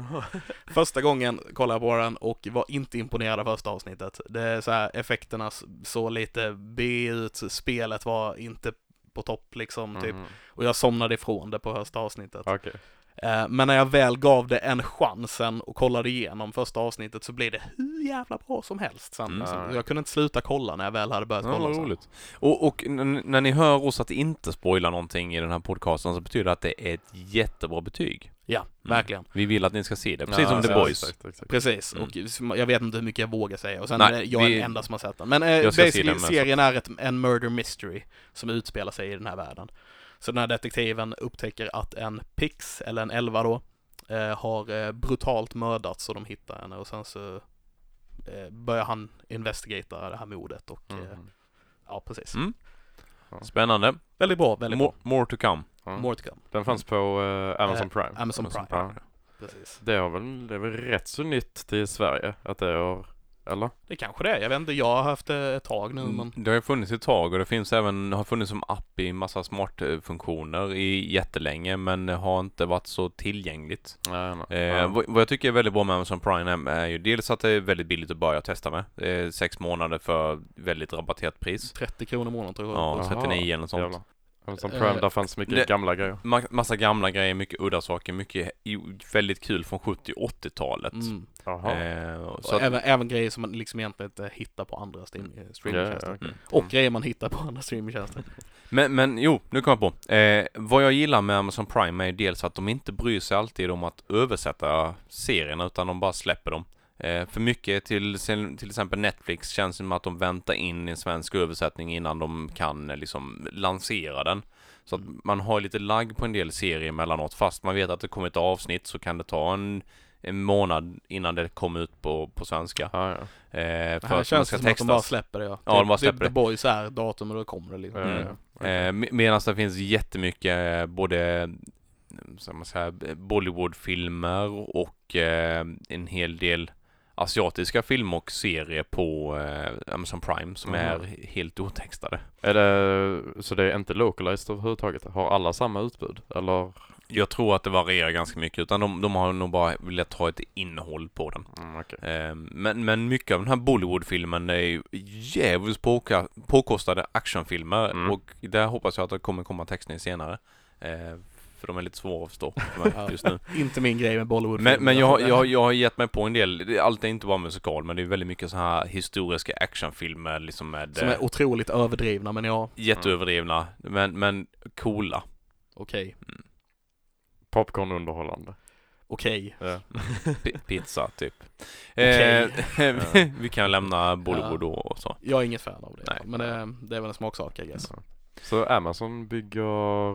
Första gången kollade jag på den och var inte imponerad av första avsnittet. Det är så här, effekterna s- så lite B ut, spelet var inte på topp liksom typ. Mhm. Och jag somnade ifrån det på första avsnittet. Okej. Eh, Men när jag väl gav det en chansen och kollade igenom första avsnittet så blev det hur jävla bra som helst sen. Mm. Så jag kunde inte sluta kolla när jag väl hade börjat Ja, kolla. vad sen. roligt. Och, och n- när ni hör oss att inte spoila någonting i den här podcasten så betyder det att det är ett jättebra betyg. Ja, Mm. verkligen. Vi vill att ni ska se det, precis Ja, som The ja, Boys. exakt, exakt. Precis, Mm. och jag vet inte hur mycket jag vågar säga. Och sen Nej, är det- jag vi- är den enda som har sett den. Men eh, Jag ska se basically, den med, serien är ett, en murder mystery som utspelar sig i den här världen. Så den här detektiven upptäcker att en pix, eller en elva då, eh, har eh, brutalt mördats och de hittar henne. Och sen så eh, börjar han investigata det här mordet. Och eh, Mhm. ja, precis. Mm. Ja. Spännande. Väldigt bra, väldigt More, bra. more to come. Ja. More to come. Den fanns på eh, Amazon Eh, Prime. Amazon Amazon Prime. Prime. Precis. Det, har väl, det är väl rätt så nytt till Sverige att det har, eller? Det kanske det är. Jag vet inte, jag har haft det ett tag nu. Men... Det har ju funnits ett tag och det finns även, har funnits som app i massa smartfunktioner i jättelänge men har inte varit så tillgängligt. Nej, nej. Eh, Ja. vad, vad jag tycker är väldigt bra med Amazon Prime är ju dels att det är väldigt billigt att börja testa med. Eh, sex månader för väldigt rabatterat pris. trettio kronor i månaden tror jag. Ja, Jaha, trettionio eller något sånt. Jävlar. Amazon Eh, Prime, där fanns mycket det- gamla grejer. Ma- massa gamla grejer, mycket udda saker, mycket i- väldigt kul från sjuttio och åttiotalet. Mm. Jaha. Eh, så Och att, även, även grejer som man liksom egentligen inte hittar på andra stream, Ja, ja, streamingtjänster. okej. Mm. Och grejer man hittar på andra streamingtjänster. men, men jo, nu kommer jag på. Eh, vad jag gillar med Amazon Prime är dels att de inte bryr sig alltid om att översätta serierna utan de bara släpper dem. Eh, för mycket till, till exempel Netflix känns det som att de väntar in en svensk översättning innan de kan eh, liksom lansera den. Så att man har lite lagg på en del serier emellanåt. Fast man vet att det kommer ett avsnitt så kan det ta en, en månad innan det kommer ut på, på svenska. Ja, ja. Eh, för Här att man känns ska det som att de bara textas. släpper det. Ja, Ja, de bara Typ- släpper typ The det. Boys är datum och då kommer det liksom. Ja, ja, Mm. ja. Okej. Eh, med- Medan det finns jättemycket eh, både ska man säga, Bollywood-filmer och eh, en hel del asiatiska filmer och serier på eh, Amazon Prime som Mhm. är helt otextade. Är det, så det är inte localized överhuvudtaget? Har alla samma utbud? Eller? Jag tror att det varierar ganska mycket utan de, de har nog bara velat ha ett innehåll på den. Mm, okej. Eh, men, men mycket av den här Bollywood-filmen är ju jävligt påka, påkostade actionfilmer Mm. och där hoppas jag att det kommer komma texter i senare. Eh, för de är lite svåra att förstå för mig Ja. just nu. Inte min grej med Bollywood. Men, men jag, har- jag, har- jag har gett mig på en del, det- allt är inte bara musikal men det är väldigt mycket så här historiska actionfilmer liksom med Som eh, är otroligt överdrivna, men ja, jätteöverdrivna men, men coola. okej. Popcornunderhållande. Okej. Ja. P- pizza typ. Okej. Eh, vi kan lämna Bollywood då och så. Jag är inget fan av det. Nej. Men det, det är väl en smaksak, I guess. Så Amazon bygger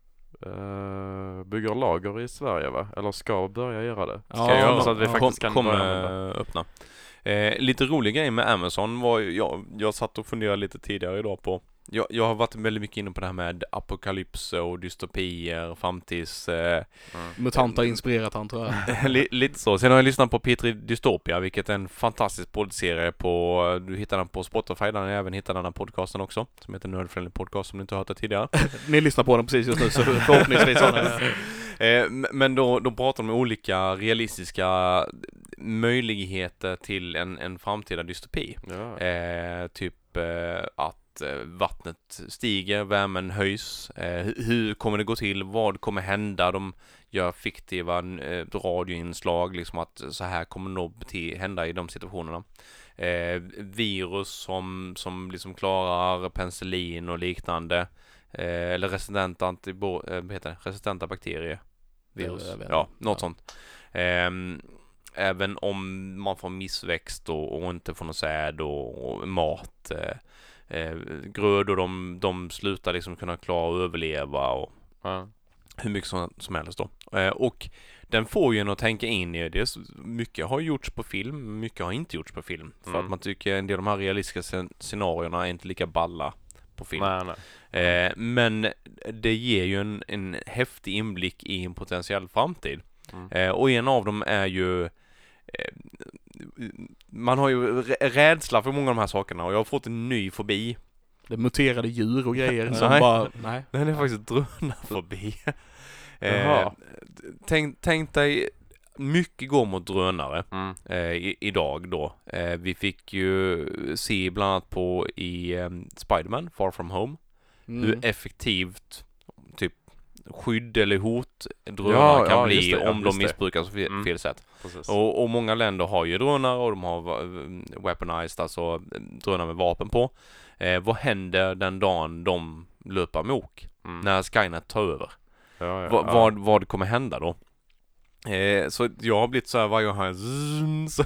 eh, bygger lager i Sverige, va? Eller ska börja göra det? Ja, Ska jag göra så att vi ja. faktiskt kan kommer börja använda. öppna. Eh, lite rolig grej med Amazon var ju, jag, jag satt och funderade lite tidigare idag på jag, jag har varit väldigt mycket inne på det här med apokalyps och dystopier, framtids eh, Mm. Mutant har inspirerat han, tror jag. li, lite så. Sen har jag lyssnat på Petri Dystopia, vilket är en fantastisk poddserie på, du hittar den på Spotify, där ni även hittar den här podcasten också, som heter Nerdfriendly Podcast, som du inte har hört det tidigare. Ni lyssnar på den precis just nu, så förhoppningsvis har ni... Eh, m- men då, då pratar de om olika realistiska möjligheter till en, en framtida dystopi. Ja. Eh, typ eh, att att eh, vattnet stiger, värmen höjs. Eh, hu- hur kommer det gå till? Vad kommer hända? De gör fiktiva eh, radioinslag, liksom att så här kommer nog bete- hända i de situationerna. Eh, virus som, som liksom klarar penicillin och liknande. Eh, eller resistenta, antibo- eh, vad heter det? Resistenta bakterier. Virus. Jag vet inte. Ja, något Ja. sånt. Ehm, även om man får missväxt och, och inte får någon säd och, och mat. Eh, eh, grödor, de, de slutar liksom kunna klara och överleva och Ja. hur mycket som, som helst då. Eh, och den får ju en att tänka in i det. Mycket har gjorts på film, mycket har inte gjorts på film. För Mm. att man tycker en del av de här realistiska scen- scenarierna är inte lika balla på film. Nej, nej. Eh, men det ger ju en, en häftig inblick i en potentiell framtid. Mm. Eh, och en av dem är ju eh, man har ju rä- rädsla för många av de här sakerna och jag har fått en ny fobi. Det är muterade djur och grejer som Nej. bara, nej. Den är faktiskt drönarfobi. eh, Jaha. tänk, tänk dig, mycket går mot drönare Mm. eh, i, idag då. Eh, vi fick ju se bland annat på i eh, Spider-Man, Far From Home, Mm. hur effektivt typ skydd eller hot drönare Ja, kan ja, bli just det, ja, om de just det. missbrukas på fel, Mm. fel sätt. Precis. Och, och många länder har ju drönare och de har va- weaponized, alltså drönare med vapen på. Eh, vad händer den dagen de löper amok? Mm. När Skynet tar över? Ja, ja, Va, ja. vad, vad kommer hända då? Eh, så jag har blivit så här varje gång jag zoom, så,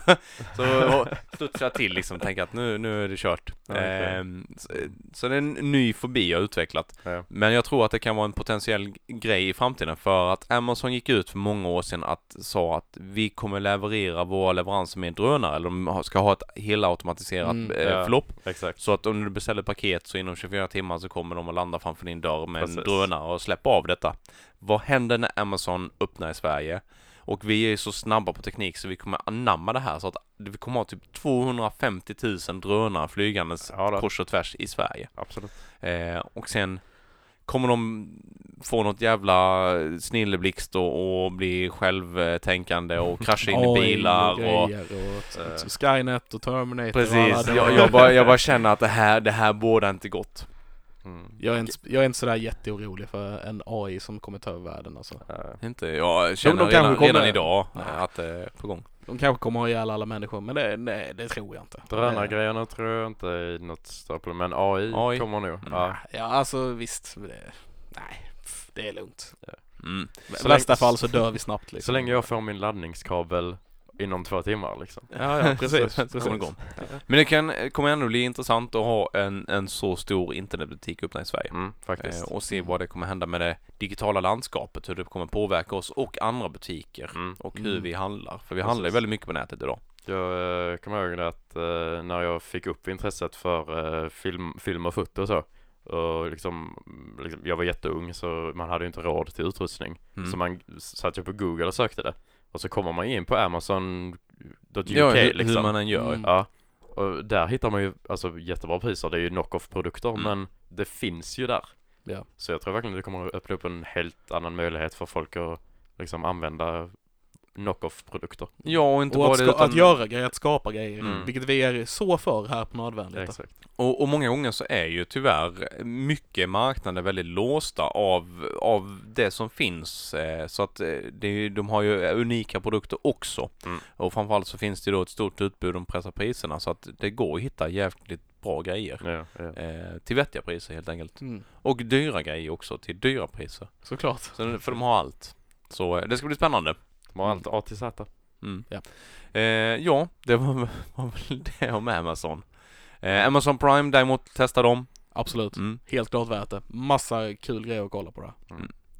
så studsar jag till liksom, tänker att nu, nu är det kört. Ja, okej. eh, så, så det är en ny fobi jag har utvecklat. Ja. Men jag tror att det kan vara en potentiell grej i framtiden, för att Amazon gick ut för många år sedan att sa att vi kommer leverera våra leveranser med drönare, eller de ska ha ett helautomatiserat Mm, eh, ja. förlopp. Exakt. Så att om du beställer ett paket så inom tjugofyra timmar så kommer de att landa framför din dörr med Precis. en drönare och släppa av detta. Vad händer när Amazon öppnar i Sverige? Och vi är ju så snabba på teknik så vi kommer anamma det här, så att vi kommer ha typ tvåhundrafemtio tusen drönare flygandes Ja, då. kors och tvärs i Sverige. Absolut. Eh, och sen kommer de få något jävla snilleblixt och, och bli självtänkande och krascha in i Oj, bilar och... grejer och eh, så Skynet och Terminator och Precis, alla jag, de- jag, bara, jag bara känner att det här, det här borde inte gått. Mm. jag, är inte, jag är inte sådär jätteorolig för en A I som kommer ta över världen alltså. Ja. Inte, jag känner de kanske redan, kommer- redan idag Nej. eh, att det är på gång. De kanske kommer ha ihjäl alla människor, men det, nej, det tror jag inte. Drönargrejerna tror jag inte är något större problem, men A I, A I. kommer nog. Mm. Ja. Ja, alltså visst. Det, nej, pff, det är lugnt. Mm. I Så värsta länge- fall så dör vi snabbt liksom. Så länge jag får min laddningskabel inom två timmar liksom. Ja, ja, precis. Så- så precis. kommer det igång. Men det kan, kommer ändå bli intressant att ha en, en så stor internetbutik öppna i Sverige. Mm, faktiskt. Eh, och se vad det kommer hända med det digitala landskapet, hur det kommer påverka oss och andra butiker. Mm. Och hur Mm. vi handlar. För vi Precis. handlar ju väldigt mycket på nätet idag. Jag eh, kommer ihåg att eh, när jag fick upp intresset för eh, film, film och foto och så, och liksom, liksom, jag var jätteung så man hade ju inte råd till utrustning. Mm. Så man satt ju på Google och sökte det. Och så kommer man in på Amazon dot U K Ja, hur, liksom. hur man än gör. Mm. Ja, och där hittar man ju alltså jättebra priser. Det är ju knock-off-produkter, Mm. men det finns ju där. Ja. Så jag tror verkligen att det kommer att öppna upp en helt annan möjlighet för folk att liksom använda knock-off-produkter. Ja, och inte Och bara att, det ska, utan... att göra grejer, att skapa grejer, Mm. vilket vi är så för här på Nödvändigt. Exakt. Och, och många gånger så är ju tyvärr mycket marknader väldigt låsta av, av det som finns. Eh, så att eh, det, är ju- de har ju unika produkter också. Mm. Och framförallt så finns det då ett stort utbud om pressar priserna, så att det går att hitta jävligt bra grejer. Ja, ja. Eh, till vettiga priser helt enkelt. Mm. Och dyra grejer också till dyra priser. Såklart. Så, för de har allt. Så eh, det ska bli spännande. De har allt A till Z. Mm. Ja. Eh, ja, det var, var väl det om Amazon. Eh, Amazon Prime däremot, testa dem. Absolut. Mm. Helt klart värt det. Massa kul grejer att kolla på det.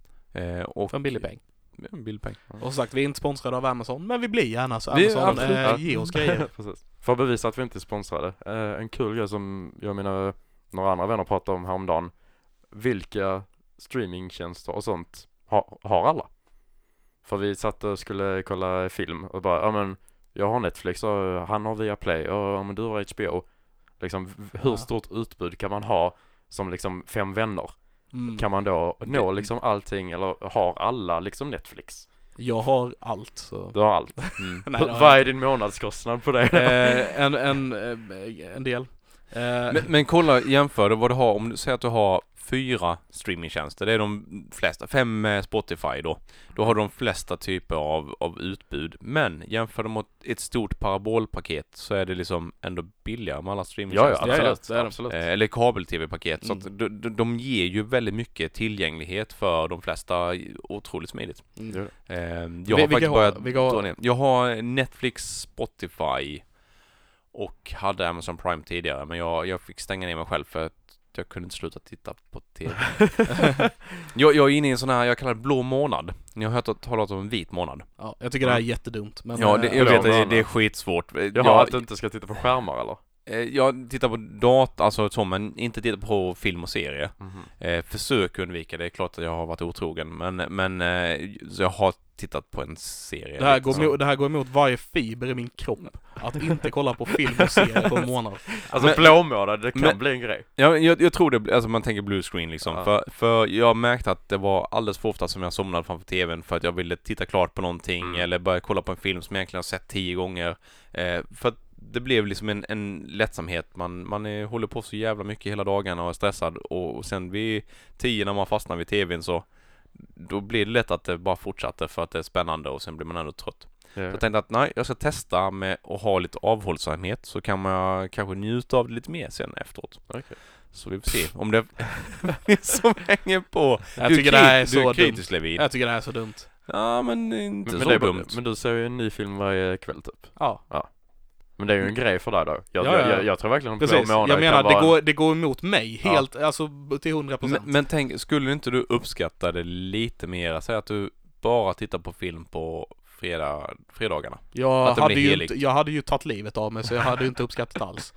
Eh, och För en billig peng. Ja, en billig peng. Och som sagt, vi är inte sponsrade av Amazon, men vi blir gärna så Vi- Amazon absolut. eh, ge oss grejer. Precis. För att bevisa att vi inte är sponsrade. Eh, en kul grej som jag och mina några andra vänner pratade om häromdagen. Vilka streamingtjänster och sånt har, har alla? För vi satt och skulle kolla film och bara, ja men jag har Netflix och han har Viaplay och ja, men du har H B O. Liksom, v- hur Ja. stort utbud kan man ha som liksom fem vänner? Mm. Kan man då nå liksom allting, eller har alla liksom Netflix? Jag har allt. Så. Du har allt. Mm. Nej, det har Vad jag är din månadskostnad på det? Eh, en, en, eh, en del. Eh, Men, men kolla, jämför det vad du har, om du säger att du har fyra streamingtjänster, det är de flesta, fem med Spotify då. Då har du de flesta typer av, av utbud. Men jämför det mot ett stort parabolpaket så är det liksom ändå billigare med alla Ja, streamingtjänster. ja, absolut. det är det. absolut. Eh, Eller kabel-tv-paket. Mm. Så att de, de, de ger ju väldigt mycket tillgänglighet för de flesta otroligt smidigt. Mm. Jo. Eh, jag Vi- har vilka faktiskt har- börjat vilka har- dra ner. Jag har Netflix, Spotify och hade Amazon Prime tidigare. Men jag, jag fick stänga ner mig själv för att jag kunde inte sluta titta på tv. jag, jag är inne i en sån här, jag kallar det blå månad. Ni har hört talat om en vit månad. Ja, jag tycker det här är jättedumt. Men, Ja, det, eh, jag blå vet att det, månad. det är skitsvårt. Jag har att du inte ska titta på skärmar eller? Eh, Jag tittar på data, alltså så, men inte tittar på film och serie. Mm-hmm. Eh, försök undvika, det är klart att jag har varit otrogen. Men, men eh, så jag har tittat på en serie. Det här, lite går så. emot, det här går emot varje fiber i min kropp. Att inte kolla på film och serie på en månad. Alltså Men- blåmånad, det kan men- bli en grej. Ja, jag, jag tror det, alltså man tänker blue screen liksom. Ja. För, för jag märkte att det var alldeles för ofta som jag somnade framför tvn för att jag ville titta klart på någonting Mm. eller börja kolla på en film som jag egentligen har sett tio gånger. Eh, för att det blev liksom en, en lättsamhet. Man, man är, håller på så jävla mycket hela dagarna och är stressad och, och sen vid tio när man fastnar vid tvn så då blir det lätt att det bara fortsätter för att det är spännande och sen blir man ändå trött. Ja. Jag tänkte att nej, jag ska testa med att ha lite avhållsamhet så kan man kanske njuta av det lite mer sen efteråt. Okej. Så vi får se om det är som hänger på. Jag Du tycker kri- det här är du så dumt. kritisk, Levin. Jag tycker det här är så dumt. Ja, men inte Men, så men, det, dumt. men du ser ju en ny film varje kväll typ. Ja, Men det är ju en grej för dig då. Jag, Ja, ja, ja. jag, jag tror verkligen att blå precis. månad Jag menar, kan det vara går, det går emot mig Ja. helt, alltså till hundra Men, procent. men tänk, skulle inte du uppskatta det lite mer? Säg att du bara tittar på film på fredag, fredagarna. Jag att det hade, blir ju heligt. inte, jag hade ju tagit livet av mig så jag hade ju inte uppskattat alls.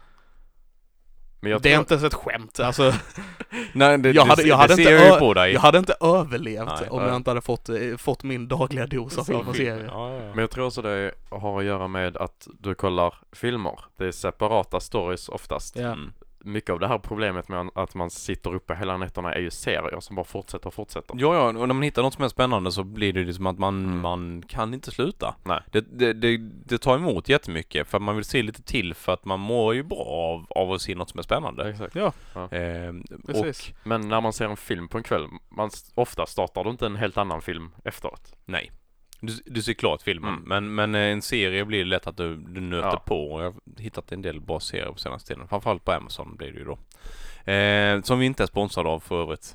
Men jag Det är tror, inte ens ett skämt, alltså Nej, det, Jag det, hade- jag det hade ser inte jag ju ö- på dig. jag hade inte överlevt Nej, om nej. jag inte hade fått, eh, fått min dagliga dos av film och serie. Ja, ja, ja. men jag tror också det har att göra med att du kollar filmer. Det är separata stories oftast. Ja. Mm. Mycket av det här problemet med att man sitter uppe hela nätterna är ju serier som bara fortsätter och fortsätter. Ja, ja, och när man hittar något som är spännande så blir det liksom att man, Mm. man kan inte sluta. Nej. Det, det, det, det tar emot jättemycket för man vill se lite till för att man mår ju bra av, av att se något som är spännande. Exakt. Ja, Eh, precis. och Men när man ser en film på en kväll, man s- ofta startar du inte en helt annan film efteråt. nej, du, du ser klart filmen. Mm. Men, men eh, en serie blir det lätt att du, du nöter Ja. på. Och jag har hittat en del bra serier på senaste tiden. Framförallt på Amazon blir det ju då. Eh, som vi inte är sponsrade av för övrigt.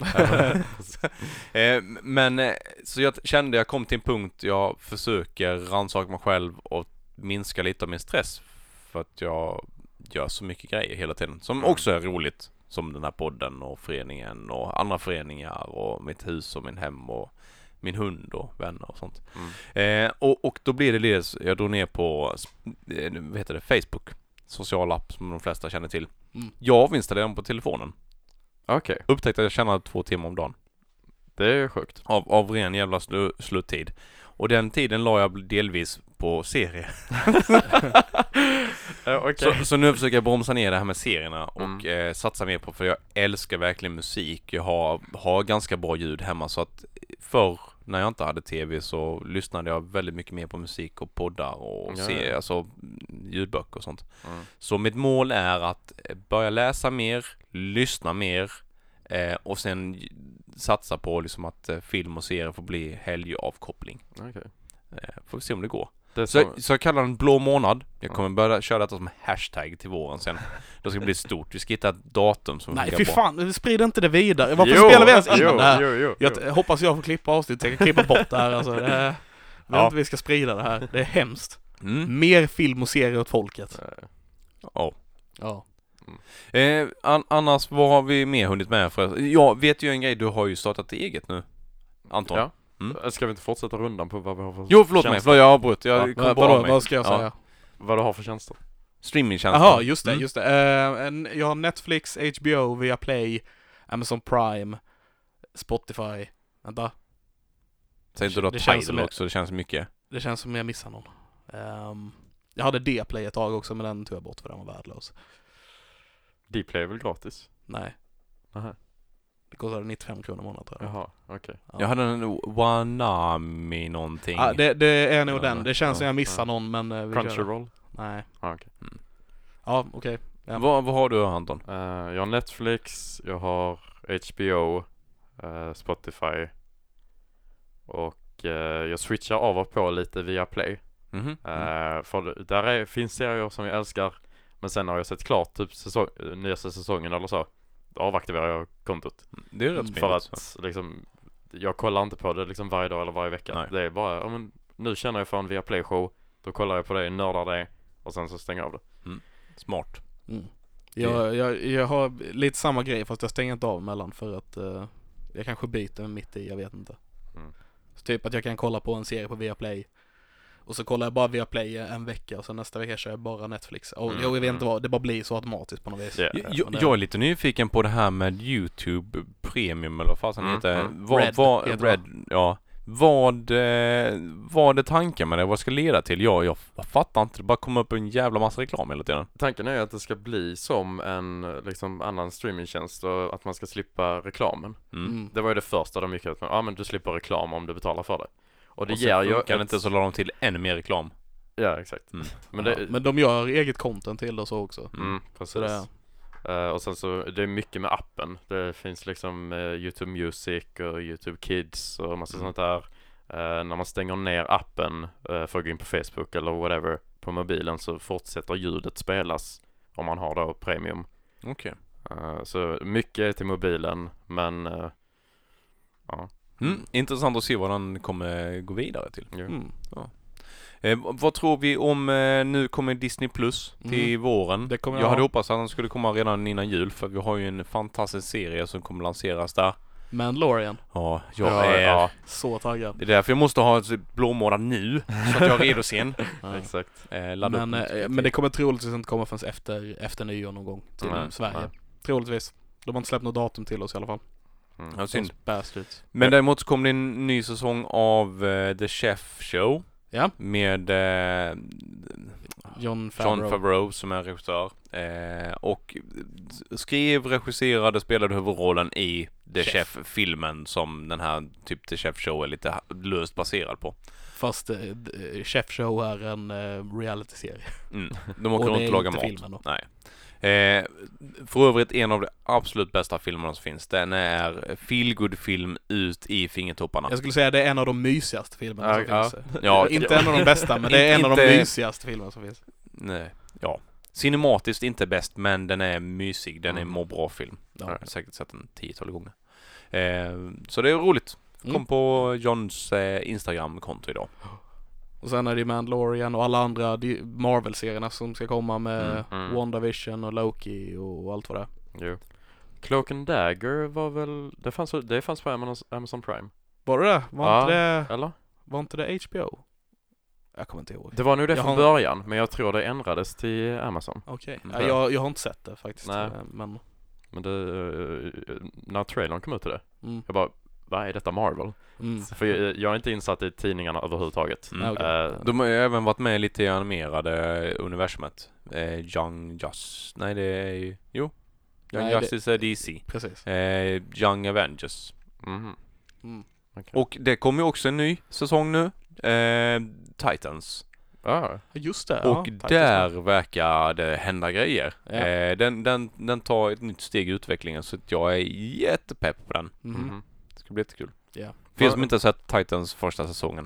eh, men eh, så jag kände jag kom till en punkt jag försöker rannsaka mig själv och minska lite av min stress. För att jag gör så mycket grejer hela tiden. Som Mm. också är roligt. Som den här podden och föreningen och andra föreningar och mitt hus och min hem och min hund och vänner och sånt. Mm. Eh, och, och då blir det det, jag drog ner på eh, vad heter det, Facebook. Social app som de flesta känner till. Mm. Jag avinstallerade den på telefonen. Okej, Upptäckte att jag tjänade två timmar om dagen. det är sjukt. Av, av ren jävla slu, sluttid. Och den tiden la jag delvis på serier. Ja, okej. Så, så nu försöker jag bromsa ner det här med serierna och Mm. eh, satsa mer på, för jag älskar verkligen musik. Jag har, har ganska bra ljud hemma så att förr när jag inte hade tv så lyssnade jag väldigt mycket mer på musik och poddar och Ja, se, ja. alltså ljudböcker och sånt. Mm. Så mitt mål är att eh, börja läsa mer, lyssna mer eh, och sen j- satsa på liksom att eh, film och serier får bli helgavkoppling. Okej. Eh, får vi se om det går. Det är Så, som, så jag kallar den blå månad. Jag Ja. kommer börja köra detta som hashtag till våren sen. Det ska bli stort. Vi ska hitta ett datum som Nej, funkar fy bra. fan, sprid inte det vidare. Varför Jo, spelar vi ens in jo, det här? Jo, jo, Jag jo. t- hoppas jag får klippa avsnitt, jag kan klippa bort det här alltså. Det är, jag vill Ja. inte vi ska sprida det här, det är hemskt. Mm. Mer film och serier åt folket. Eh, Ja. Ja. Eh, an- annars, vad har vi mer hunnit med för? Jag vet ju en grej, du har ju startat eget nu. Anton. Ja. Mm. Ska vi inte fortsätta rundan på vad vi har för Jo, förlåt mig. tjänster? Förlåt, jag avbröt. Jag Ja, kom vad, bara vadå, mig. vad ska jag Ja. säga? Vad du har för tjänster? Streamingtjänster. Jaha, just det, Mm. just det. Eh, en, jag har Netflix, H B O, Viaplay, Amazon Prime, Spotify. Vänta, Säg inte du har det känns Tidal som jag- också, det känns mycket. det känns som jag missar någon. Ehm, jag hade D-play ett tag också, men den tog jag bort för den var värdelös. Dplay är väl gratis? Nej, Aha. det kostade nittiofem kronor i månaden tror jag. Jaha, okej. Ja. Jag hade en Wanami någonting. Ja, det, det är nog Ja, den. Det känns som ja, jag missar ja. någon, men... eh, vi kör. Crunchyroll? Nej. Ah, okej. Ja, okej. Ja. Vad, vad har du, Anton? Uh, jag har Netflix, jag har H B O, uh, Spotify och uh, jag switchar av och på lite via Play. Mm-hmm. Uh, för där är, finns serier som jag älskar, men sen har jag sett klart typ säsong, nyaste säsongen eller så. Då avaktiverar jag kontot. Det är rätt Mm, smidigt. För att liksom, jag kollar inte på det liksom varje dag eller varje vecka. Nej. Det är bara, ja, men, nu känner jag för en via Play show, då kollar jag på det, nördar det och sen så stänger jag av det. Smart. Mm. Jag, jag, jag har lite samma grej fast jag stänger inte av mellan för att uh, jag kanske byter mitt i, jag vet inte. Mm. Så typ att jag kan kolla på en serie på Viaplay och så kollar jag bara Viaplay en vecka och sen nästa vecka kör jag bara Netflix. Och Mm. jag vet inte vad, det bara blir så automatiskt på något vis. Yeah. Jag, men det- jag är lite nyfiken på det här med YouTube Premium eller vad fasen Mm, heter. mm. Vad, Red vad, heter det. Red, ja. Vad, eh, vad är tanken med det? Vad ska det leda till? Jag, jag fattar inte. Det bara kommer upp en jävla massa reklam hela tiden. Tanken är att det ska bli som en liksom annan streamingtjänst och att man ska slippa reklamen. Mm. Mm. Det var ju det första de gick ut med. Ja, men du slipper reklam om du betalar för det. Och det Och så ger ju funkar det ett- inte, så la de till ännu mer reklam. Ja, exakt. Mm. Men Ja, det, men de gör eget content till det så också. mm, precis. Så det, Eh, och sen så, det är mycket med appen. Det finns liksom eh, YouTube Music och YouTube Kids och massa Mm. sånt där. Eh, när man stänger ner appen eh, för att gå in på Facebook eller whatever på mobilen så fortsätter ljudet spelas om man har då premium. Okej. Eh, så mycket till mobilen, men eh, ja. Mm. Intressant att se vad den kommer gå vidare till. Jo. mm. Eh, vad tror vi om, eh, nu kommer Disney Plus till våren. Det kommer jag jag hade ha. hoppats att den skulle komma redan innan jul, för vi har ju en fantastisk serie som kommer lanseras där. Mandalorian, Ja, jag Ja, är... ja. så taggad. Det är därför jag måste ha ett blåmålad nu, så att jag är redo sen. Ja. Exakt. Eh, ladda Men, upp eh, men det kommer troligtvis inte komma förrän efter, efter nyår någon gång till Nej, Sverige. nej. Troligtvis. De har inte släppt något datum till oss i alla fall. Mm. Ja, synd. Those bastards. Men däremot så kom det en ny säsong av eh, The Chef Show Ja, med eh, John Favreau. John Favreau som är regissör. Eh, och skrev, regisserade, spelade huvudrollen i The Chef. Chef-filmen som den här typ The Chef Show är lite löst baserad på. Fast eh, d- Chef Show är en eh, reality-serie. Mm. De åker Och det runt är och lagar inte mat. filmen då. Nej. Eh, för övrigt en av de absolut bästa filmerna som finns. Den är feelgood-film ut i fingertopparna. Jag skulle säga det är en av de mysigaste filmerna Ja, som ja. finns. Ja, Inte en av de bästa, men det är en av de Inte- mysigaste filmerna som finns. Nej, ja. Cinematiskt inte bäst, men den är mysig. Den är en Mm. må bra film. Ja. Jag har säkert sett den tiotal gånger. Eh, så det är roligt. Kom Mm. på Johns eh, Instagram-konto idag. Och sen är det Mandalorian och alla andra de- Marvel-serierna som ska komma med Mm, mm. WandaVision och Loki och allt vad det är. Jo. Cloak and Dagger var väl, det fanns, det fanns på Amazon, Amazon Prime, Var det det? Var, Ja. inte det? eller? Var inte det H B O? Jag kommer inte ihåg. Det var nog det Jag från har- början, men jag tror det ändrades till Amazon. Okej. Mm. Ja, jag, jag har inte sett det faktiskt. Nej. eh, Men, Men det, eh, när trailern kom ut till det, mm, jag bara, vad är detta Marvel? mm. För jag, jag är inte insatt i tidningarna överhuvudtaget. Mm. Ja, okej. Eh, De har ju även varit med lite i animerade universumet. Eh, Young Justice. Nej, det är ju... Jo. Young Nej, det- Justice är D C. Precis. Eh, Young Avengers. mhm. Mm. Okej. Och det kommer ju också en ny säsong nu. Eh, Titans. Ah, Just det. Och ja, där verkar det hända grejer. Ja. Eh, den, den, den tar ett nytt steg i utvecklingen, så att jag är jättepepp på den. Mhm. mhm. Det ska bli jättekul. Ja. För er som inte har sett Titans första säsongen.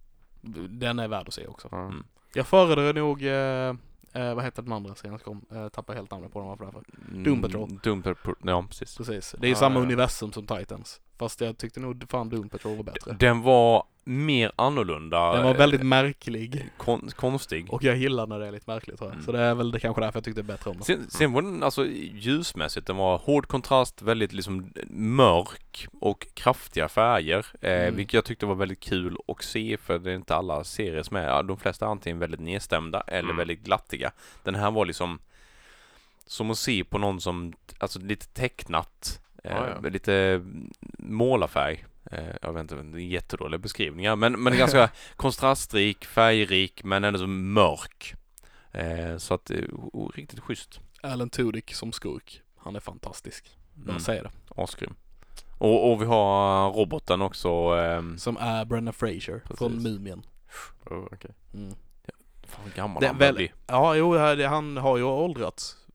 Den är värd att se också. Ja. Mm. Jag föredrar nog, eh, eh, vad heter den andra serien som kom? Eh, tappar helt namnet på den, varför därför. Doom Patrol. Mm, Doom Patrol, ja precis. Precis. Det är ju Ah, samma ja. universum som Titans. Fast jag tyckte nog fan Doom Patrol var bättre. Den var mer annorlunda. Den var väldigt märklig. kon- konstig. Och jag gillar när det är lite märkligt tror jag. Mm. Så det är väl det kanske därför jag tyckte bättre om den. Sen, sen var den alltså ljusmässigt, den var hård kontrast, väldigt liksom mörk och kraftiga färger. Eh, Mm. Vilket jag tyckte var väldigt kul att se, för det är inte alla serier som är, ja, de flesta är antingen väldigt nedstämda eller Mm. väldigt glattiga. Den här var liksom som att se på någon som, alltså lite tecknat, eh, Ja, ja. lite målarfärg. Eh, jag vet inte, det är jättedåliga beskrivningar, men, men ganska kontrastrik, färgrik, men ändå så mörk. Eh, så att det är o- riktigt schysst. Alan Tudyk som skurk. Han är fantastisk. Jag Mm. säger det. Asgrym. Och, och vi har roboten också. ehm, Som är Brendan Fraser Precis. från Mumien. Oh, okej. Mm. fan vad gammal Det är han börjar väl- bli. Ja, jo, det- han har ju åldrats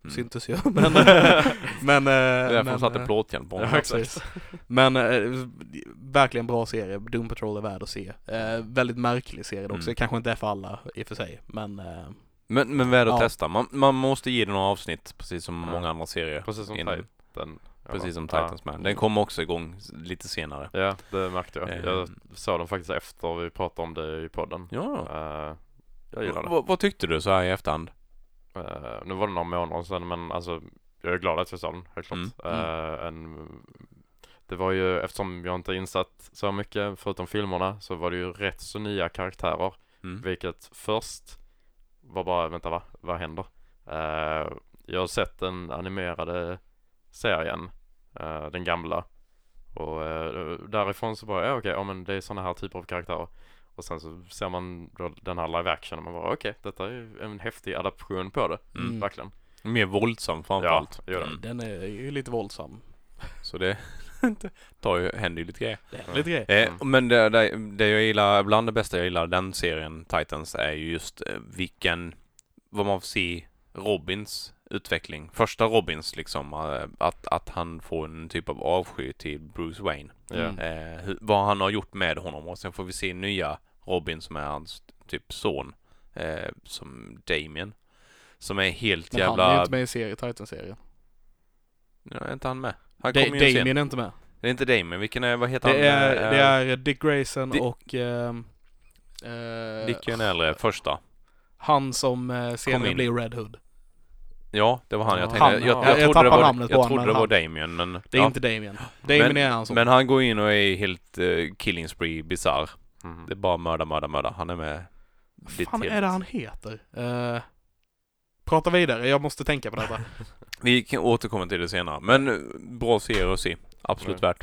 mm. syntes ju. Men, men, det är därför men, de satte plåtjärn på honom. Ja, exakt. Men äh, verkligen bra serie. Doom Patrol är värd att se. Äh, väldigt märklig serie också. Mm. Kanske inte är för alla i och för sig. Men, äh, men, men värd att ja. testa. Man, man måste ge det några avsnitt, precis som ja. många andra serier. Precis som In, Titan. Precis som Titans ja. Man. Den kommer också igång lite senare. Ja, det märkte jag. Mm. Jag såg den faktiskt efter vi pratade om det i podden. Ja. Uh, jag gillar det. V- vad tyckte du så här i efterhand? Uh, nu var det några månader sedan, men alltså jag är glad att jag såg den, helt klart. Mm. Uh, en, det var ju, eftersom jag inte insatt så mycket förutom filmerna, så var det ju rätt så nya karaktärer. Mm. Vilket först var bara, vänta va, vad händer? Uh, jag har sett den animerade serien, uh, den gamla. Och uh, därifrån så bara, ja okej, okay, ja, men det är såna här typer av karaktärer. Och sen så ser man då den här live action och man bara, okej, okay, detta är en häftig adaption på det. Mm. Verkligen. Mer våldsam framförallt. Ja, mm. Den är ju lite våldsam. Så det tar ju, händer ju lite grejer. Det är lite grejer. Eh, mm. Men det, det, det jag gillar, bland det bästa jag gillar den serien, Titans, är ju just eh, vilken, vad man får se Robins utveckling. Första Robins liksom, att, att han får en typ av avsky till Bruce Wayne. Mm. Eh, hur, vad han har gjort med honom. Och sen får vi se nya Robin som är hans typ son. Eh, som Damien. Som är helt men jävla... han är inte med i serie, Titan-serien. Ja, är inte han med? Han Da- kommer ju Damien sen. är inte med. Det är inte Damien, vilken är, vad heter det han? Är, det är Dick Grayson Di- och... Uh, uh, Dick är en äldre, första. Han som uh, senare blir Red Hood. Ja, det var han. Jag tänkte, han, jag, ja. jag, jag, jag trodde det var, jag jag trodde han, det var han, Damien, men... Det är ja. inte Damien. Damien men, är han som... Men han går in och är helt uh, killing spree, bizarr. Mm. Det är bara mörda, mörda, mörda. Han är med... Vad fan är det han heter? Uh, prata vidare, jag måste tänka på detta. Vi kan återkomma till det senare. Men bra serie att se. Absolut mm. värt.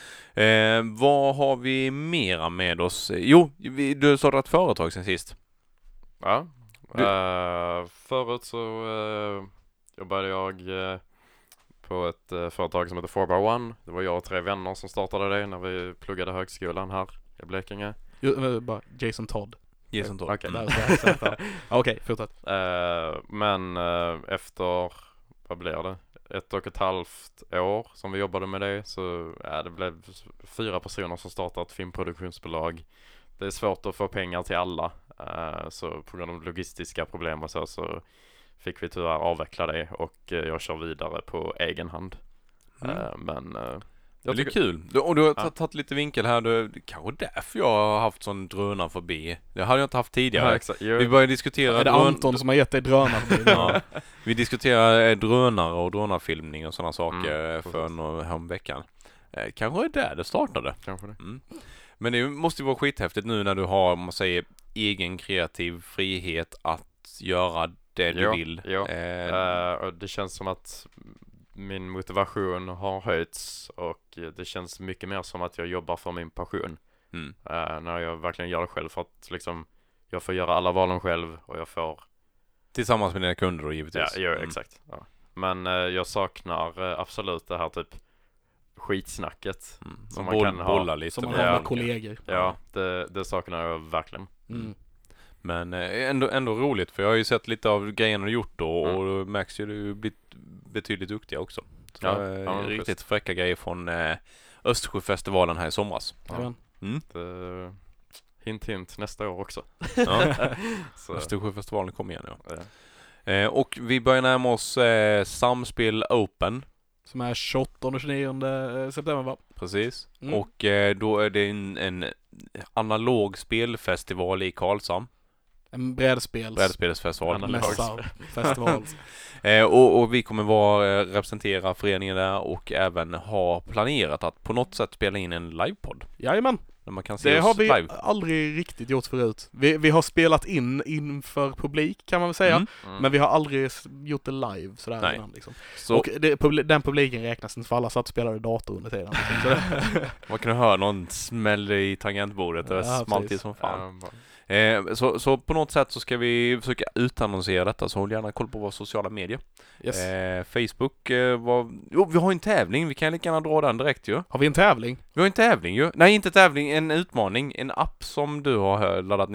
Eh, vad har vi mera med oss? Jo, vi, du har startat företag sen sist. Ja. Du... Uh, förut så uh, jobbade jag uh, på ett uh, företag som heter four by one. Det var jag och tre vänner som startade det när vi pluggade högskolan här i Blekinge. Jo, bara Jason Todd. Jason Todd. Okej, okay. okay, fortsätt. Uh, men uh, efter, vad blir det? Ett och ett halvt år som vi jobbade med det, så ja, det blev fyra personer som startade ett filmproduktionsbolag. Det är svårt att få pengar till alla, uh, så på grund av logistiska problem och så, så fick vi tyvärr avveckla det och uh, jag kör vidare på egen hand. Mm. Uh, men uh, det är tycker... kul. Du, och du har ja. tagit lite vinkel här. Du, det kanske därför jag har haft sån drönare förbi. Det hade jag inte haft tidigare. Ja, exakt. Vi började diskutera... Är det drön... Anton som har gett dig drönare förbi? Ja. Vi diskuterar drönare och drönarfilmning och sådana saker mm, för några här om veckan. Eh, kanske är där det startade. Kanske det. Mm. Men det måste ju vara skithäftigt nu när du har, om man säger, egen kreativ frihet att göra det du ja, vill. Ja. Eh, uh, och det känns som att min motivation har höjts och det känns mycket mer som att jag jobbar för min passion. Mm. Uh, när jag verkligen gör det själv, för att liksom jag får göra alla valen själv och jag får... Tillsammans med dina kunder då, givetvis. Ja, ja mm. exakt. Ja. Men uh, jag saknar uh, absolut det här typ skitsnacket. Mm. Som man, man kan bolla ha. Lite som man har med kollegor. Ja, det, det saknar jag verkligen. Mm. Men eh, ändå, ändå roligt, för jag har ju sett lite av grejerna du gjort då mm. och märks ju du blivit betydligt duktiga också. Så, ja, eh, ja, riktigt just. fräcka grejer från eh, Östersjöfestivalen här i somras. Ja. Mm. Det, hint hint nästa år också. Ja. Östersjöfestivalen kommer igen ja. ja. Eh, och vi börjar närma oss eh, Samspel Open. Som är tjugoåttonde och tjugonionde september va? Precis. Mm. Och eh, då är det en, en analog spelfestival i Karlshamn. En brädspels... Brädspelsfestival. Mässarfestival. eh, och, och vi kommer vara, representera föreningen där och även ha planerat att på något sätt spela in en livepodd. Jajamän. Där man kan se det oss har vi live. aldrig riktigt gjort förut. Vi, vi har spelat in inför publik kan man väl säga. Mm. Mm. Men vi har aldrig gjort det live sådär Nej. innan, liksom. Så, och det, publi- den publiken räknas inte för alla satt och spelade dator under tiden. Liksom. Så det... man kan höra någon smäll i tangentbordet. Det Ja, smalt till precis. som fan. Ja, Eh, så, så på något sätt så ska vi försöka utannonsera detta, så håll gärna koll på våra sociala medier. Yes. Eh, Facebook eh, var... Jo, vi har en tävling. Vi kan lika gärna dra den direkt ju. Har vi en tävling? Vi har en tävling ju. Nej, inte tävling. En utmaning. En app som du har laddat ner.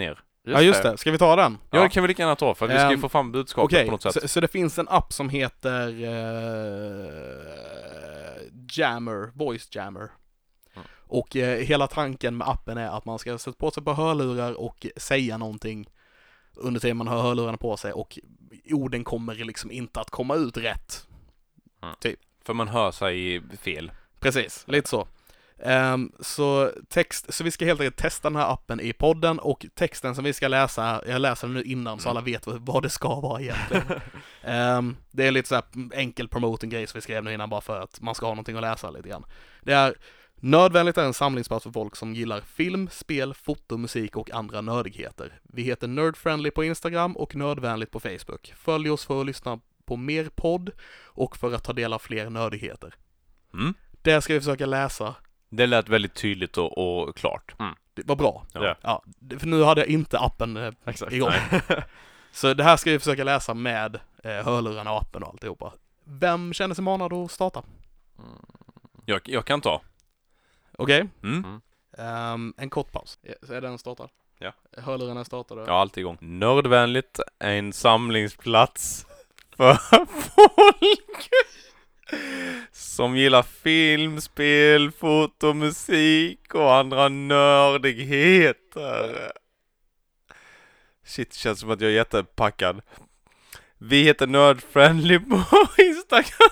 ja just det, ska vi ta den? Ja, det kan vi lika gärna ta för att vi ska ju Um, få fram budskapet Okej, på något sätt. så, så det finns en app som heter uh, Jammer, Voice Jammer. Mm. Och eh, hela tanken med appen är att man ska sätta på sig på hörlurar och säga någonting under tiden man har hörlurarna på sig och orden kommer liksom inte att komma ut rätt. Mm. Typ. För man hör sig fel. Precis, lite så. Um, så text, så vi ska helt enkelt testa den här appen i podden och texten som vi ska läsa, jag läser den nu innan så alla vet vad, vad det ska vara egentligen. um, det är lite så här enkel promoting-grej som vi skrev nu innan bara för att man ska ha någonting att läsa lite grann. Det är Nördvänligt är en samlingsplats för folk som gillar film, spel, foto, musik och andra nördigheter. Vi heter Nerdfriendly på Instagram och Nördvänligt på Facebook. Följ oss för att lyssna på mer podd och för att ta del av fler nördigheter. Mm. Det ska vi försöka läsa. Det lät väldigt tydligt och, och klart. Mm. Det var bra. Ja. Ja, för nu hade jag inte appen eh, Exakt. igång. Så det här ska vi försöka läsa med eh, hörlurarna och appen och alltihopa. Vem känner sig manad att starta? Mm. Jag, jag kan ta. Okej? Mm. Um, en kort paus. Så är den startad? Ja. Hörlurarna är startade? Jag har alltid igång. Nördvänligt är en samlingsplats för folk som gillar film, spel, foto, musik och andra nördigheter. Shit, det känns som att jag är jättepackad. Vi heter Nerdfriendly på Instagram.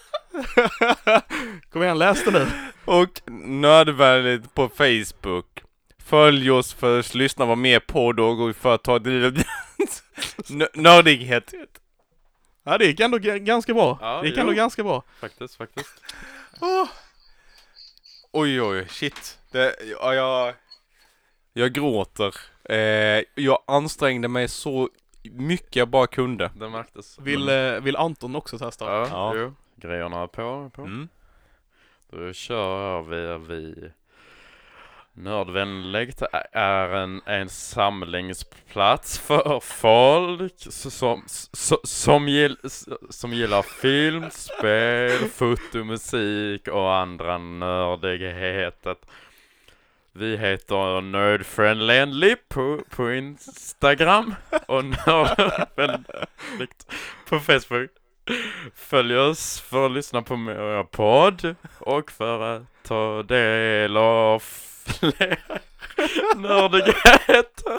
Kom igen, läs det nu. Och Nördvänligt på Facebook. Följ oss för att lyssna på mer podd och för att ta del nördighet. Ja, det gick ändå g- ganska bra. Ja, det gick jo. ändå ganska bra. Faktiskt, faktiskt. Oh. Oj, oj, shit. Det, ja, jag, jag gråter. Eh, jag ansträngde mig så mycket jag bara kunde. Det märktes. Vill, eh, vill Anton också testa? Ja, Ja. jo. Grejerna på, på. Mm. Då kör vi, vi. Nördvänligt är en, en samlingsplats för folk som, som, som, gill, som gillar film, spel, foto, musik och andra nördigheter. Vi heter Nerdfriendly på, på Instagram och Nördvänligt på Facebook. Följ oss för att lyssna på mer podd och för att ta del av fler nördigheter.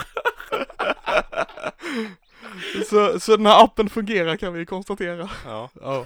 Så, så den här appen fungerar kan vi konstatera. Ja. Ja.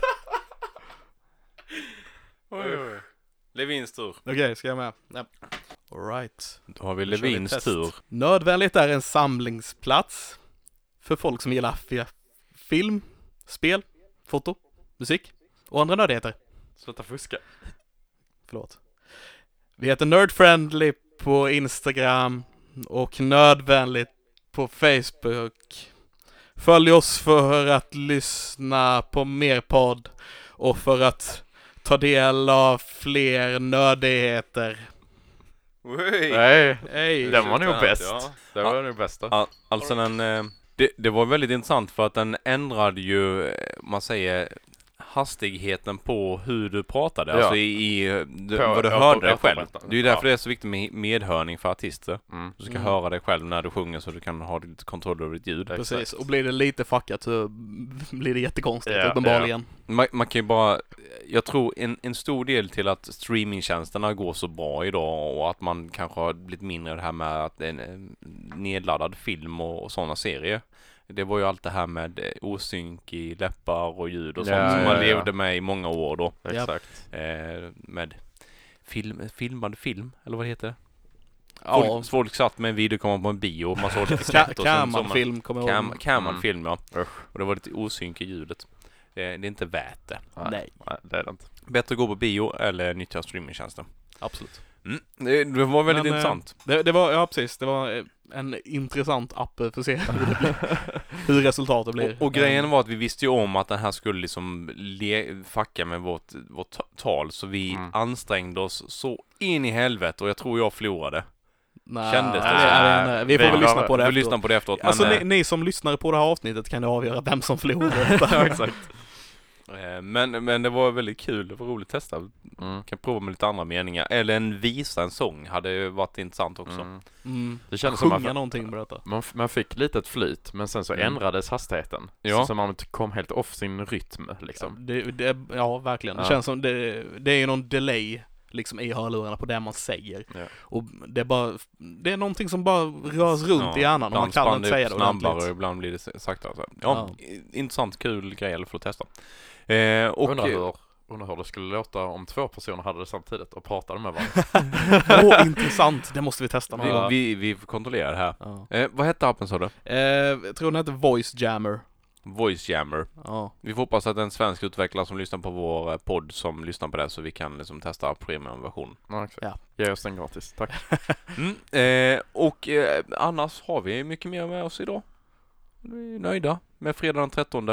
Oj, oj. Levins tur. Okej, okay, ska jag med? Ja. All right. Då har vi Då kör vi Levins test. tur. Nördvänligt är en samlingsplats för folk som gillar f- film, spel, foto, musik och andra nördigheter. Sluta fuska. Förlåt. Vi heter Nerdfriendly på Instagram och Nördvänligt på Facebook. Följ oss för att lyssna på mer podd och för att ta del av fler nördigheter. Oj. Nej, Hej! den var nog Ja. bäst. Det var nog bästa. Ja, alltså den, eh, det, det var väldigt intressant för att den ändrade ju, eh, man säger, hastigheten på hur du pratade, Ja. alltså i, i du, På- vad du ja, hörde på- dig ja, själv. på- Det är ju därför ja. det är så viktigt med medhörning för artister. Mm. Du ska Mm. höra dig själv när du sjunger så du kan ha lite kontroll över ditt ljud. Precis, Exakt. och blir det lite fuckat så blir det jättekonstigt Ja, uppenbarligen. Man, man kan ju bara, jag tror en, en stor del till att streamingtjänsterna går så bra idag och att man kanske har blivit mindre det här med att det är en en nedladdad film och, och sådana serier. Det var ju allt det här med eh, osynk i läppar och ljud och sånt Ja, som ja, man ja. levde med i många år då. Exakt. Eh, med film, filmad film, eller vad det heter? Ja, Folk, folk satt med en videokamera på en bio och man såg lite Ka- katt och sen såg man- Kaman-film kommer jag Cam, ihåg. Caman Mm. film, ja. Usch. Och det var lite osynk i ljudet. Eh, det är inte värt det. Nej, Nej, det är det inte. Bättre att gå på bio eller nyttja streamingtjänsten. absolut. Mm. Det, det var väldigt Men, eh, intressant. Det, det var, ja precis, det var eh, en intressant app för att se hur, det blir, hur resultatet blir. Och, och grejen Eh, var att vi visste ju om att den här skulle liksom le, fucka med vårt, vårt ta- tal, så vi Mm. ansträngde oss så in i helvete och jag tror jag förlorade. nej, kändes det nej, så? nej, nej, vi får Vi väl var- lyssna på det Vi efteråt. lyssnar på det efteråt, Alltså men... ni, ni som lyssnar på det här avsnittet kan ju avgöra vem som förlorar. Ja, exakt. Eh, Men, men det var väldigt kul, det var roligt att testa. Mm. Kan prova med lite andra meningar. Eller en visa, en sång hade ju varit intressant också. Mm. Mm. Det kändes som Sjunga att någonting på detta. man, f- man fick lite ett flyt, men sen så Mm. ändrades hastigheten. Ja. Så, så man t- kom helt off sin rytm liksom. Det, det, ja, verkligen. Det Ja. känns som det, det är ju någon delay liksom i hörlurarna på det man säger. Ja. Och det är bara, det är någonting som bara rörs runt i hjärnan och man ibland kan spann inte det säga upp det snabbare och ordentligt. ibland blir det saktare. Så. Ja, Ja. i- intressant, kul grej för att testa. Eh, och, Undrar hur, undrar hur det skulle låta om två personer hade det samtidigt och pratade med varandra. Åh, intressant. Det måste vi testa någon vi, gång. vi, vi får kontrollera det här. Ja. Eh, vad hette appen sa du? Eh, jag tror den heter Voice Jammer. Voice Jammer. Ja. Vi får hoppas att en svensk utvecklare som lyssnar på vår eh, podd som lyssnar på det så vi kan liksom testa premiumversion. Ja, okej. Ja. Ge oss den gratis, tack. Mm. Eh, och eh, annars har vi mycket mer med oss idag. Vi är nöjda med fredag den trettonde.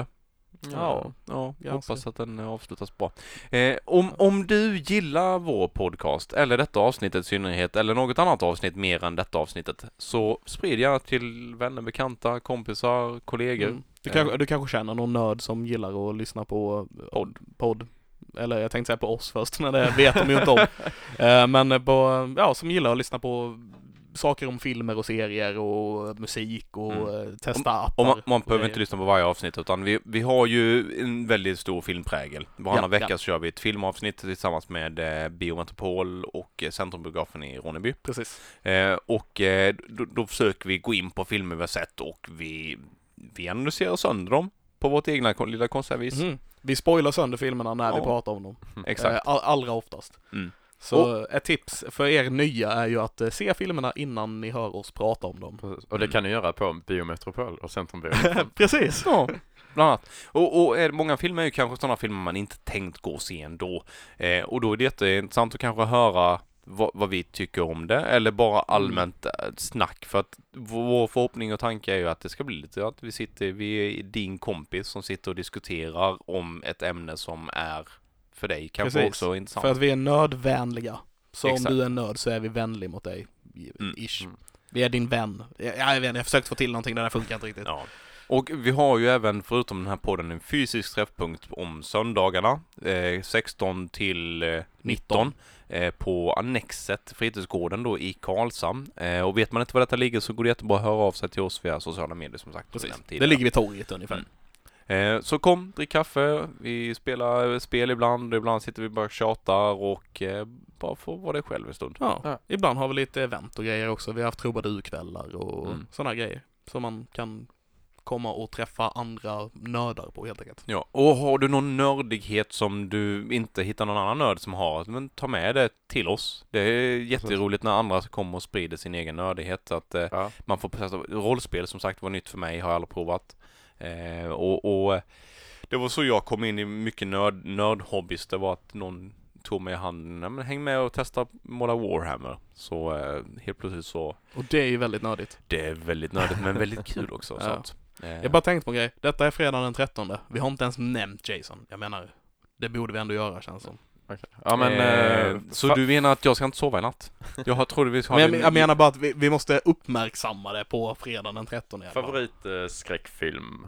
Ja. Ja, ganska. hoppas att den eh, avslutas bra. Eh, om, om du gillar vår podcast, eller detta avsnittet i synnerhet, eller något annat avsnitt mer än detta avsnittet, så sprid gärna till vänner, bekanta, kompisar, kollegor. Mm. Du, kanske, du kanske känner någon nörd som gillar att lyssna på eh, Podd. podd. Eller jag tänkte säga på oss först, men det vet de ju inte om. Eh, men på, ja, som gillar att lyssna på saker om filmer och serier och musik och Mm. eh, testa appar. Och man, man behöver grejer. inte lyssna på varje avsnitt utan vi, vi har ju en väldigt stor filmprägel. Varannan Ja, vecka ja. så kör vi ett filmavsnitt tillsammans med eh, Biometropol och eh, Centrumbiografen i Ronneby. Precis. Eh, och eh, då, då försöker vi gå in på filmer vi har sett och vi, vi analyserar sönder dem på vårt egna kon- lilla konstiga vis. Mhm. Vi spoilar sönder filmerna när vi Ja. pratar om dem. Exakt. Eh, all, allra oftast. Mm. Så ett tips för er nya är ju att eh, se filmerna innan ni hör oss prata om dem. Precis. Och det Mm. kan ni göra på Biometropol och Centrumbio. Precis. Ja, bland annat. Och, och är, många filmer är ju kanske sådana filmer man inte tänkt gå och se ändå. Eh, och då är det jätteintressant att kanske höra vad, vad vi tycker om det, eller bara allmänt eh, snack. För att vår förhoppning och tanke är ju att det ska bli lite att vi sitter, vi är din kompis som sitter och diskuterar om ett ämne som är för dig kanske Precis. också intressant. För att vi är nördvänliga. Så Exakt. om du är nörd så är vi vänlig mot dig. Mm. Ish. Mm. Vi är din vän. Ja, jag vet inte, jag försökte få till någonting, det där funkar inte riktigt. Ja. Och vi har ju även, förutom den här podden, en fysisk träffpunkt om söndagarna, eh, sexton till eh, nitton, eh, på Annexet, fritidsgården då i Karlshamn. Eh, och vet man inte var detta ligger så går det jättebra att höra av sig till oss via sociala medier som sagt. Precis. Som nämnt Det tidigare. ligger vid torget ungefär. Mm. Eh, så kom, drick kaffe, vi spelar spel ibland, ibland sitter vi bara och tjatar och eh, bara får vara det själv en stund. Ja. Ja. Ibland har vi lite event och grejer också. Vi har haft trubadurkvällar och Mm. sådana grejer. Så man kan komma och träffa andra nördar på helt enkelt. Ja, och har du någon nördighet som du inte hittar någon annan nörd som har, men ta med det till oss. Det är jätteroligt när andra kommer och sprider sin egen nördighet. Att eh, Ja. man får testa rollspel, som sagt var nytt för mig, har jag aldrig provat. Eh, och, och det var så jag kom in i mycket nörd, nördhobbys. Det var att någon tog mig i handen, ja, men häng med och testa måla Warhammer. Så eh, helt plötsligt så, Och det är ju väldigt nördigt. det är väldigt nördigt men väldigt kul också. Så Ja. att, eh, Jag har bara tänkt på en grej. Detta är fredagen den trettonde. Vi har inte ens nämnt Jason. Jag menar, det borde vi ändå göra känns som. Okej. Ja men... eh, eh, så fa- du menar att jag ska inte sova i natt? Jag har- trodde vi Men hade... jag, jag menar bara att vi, vi måste uppmärksamma det på fredagen den trettonde. i alla fall. Favoritskräckfilm?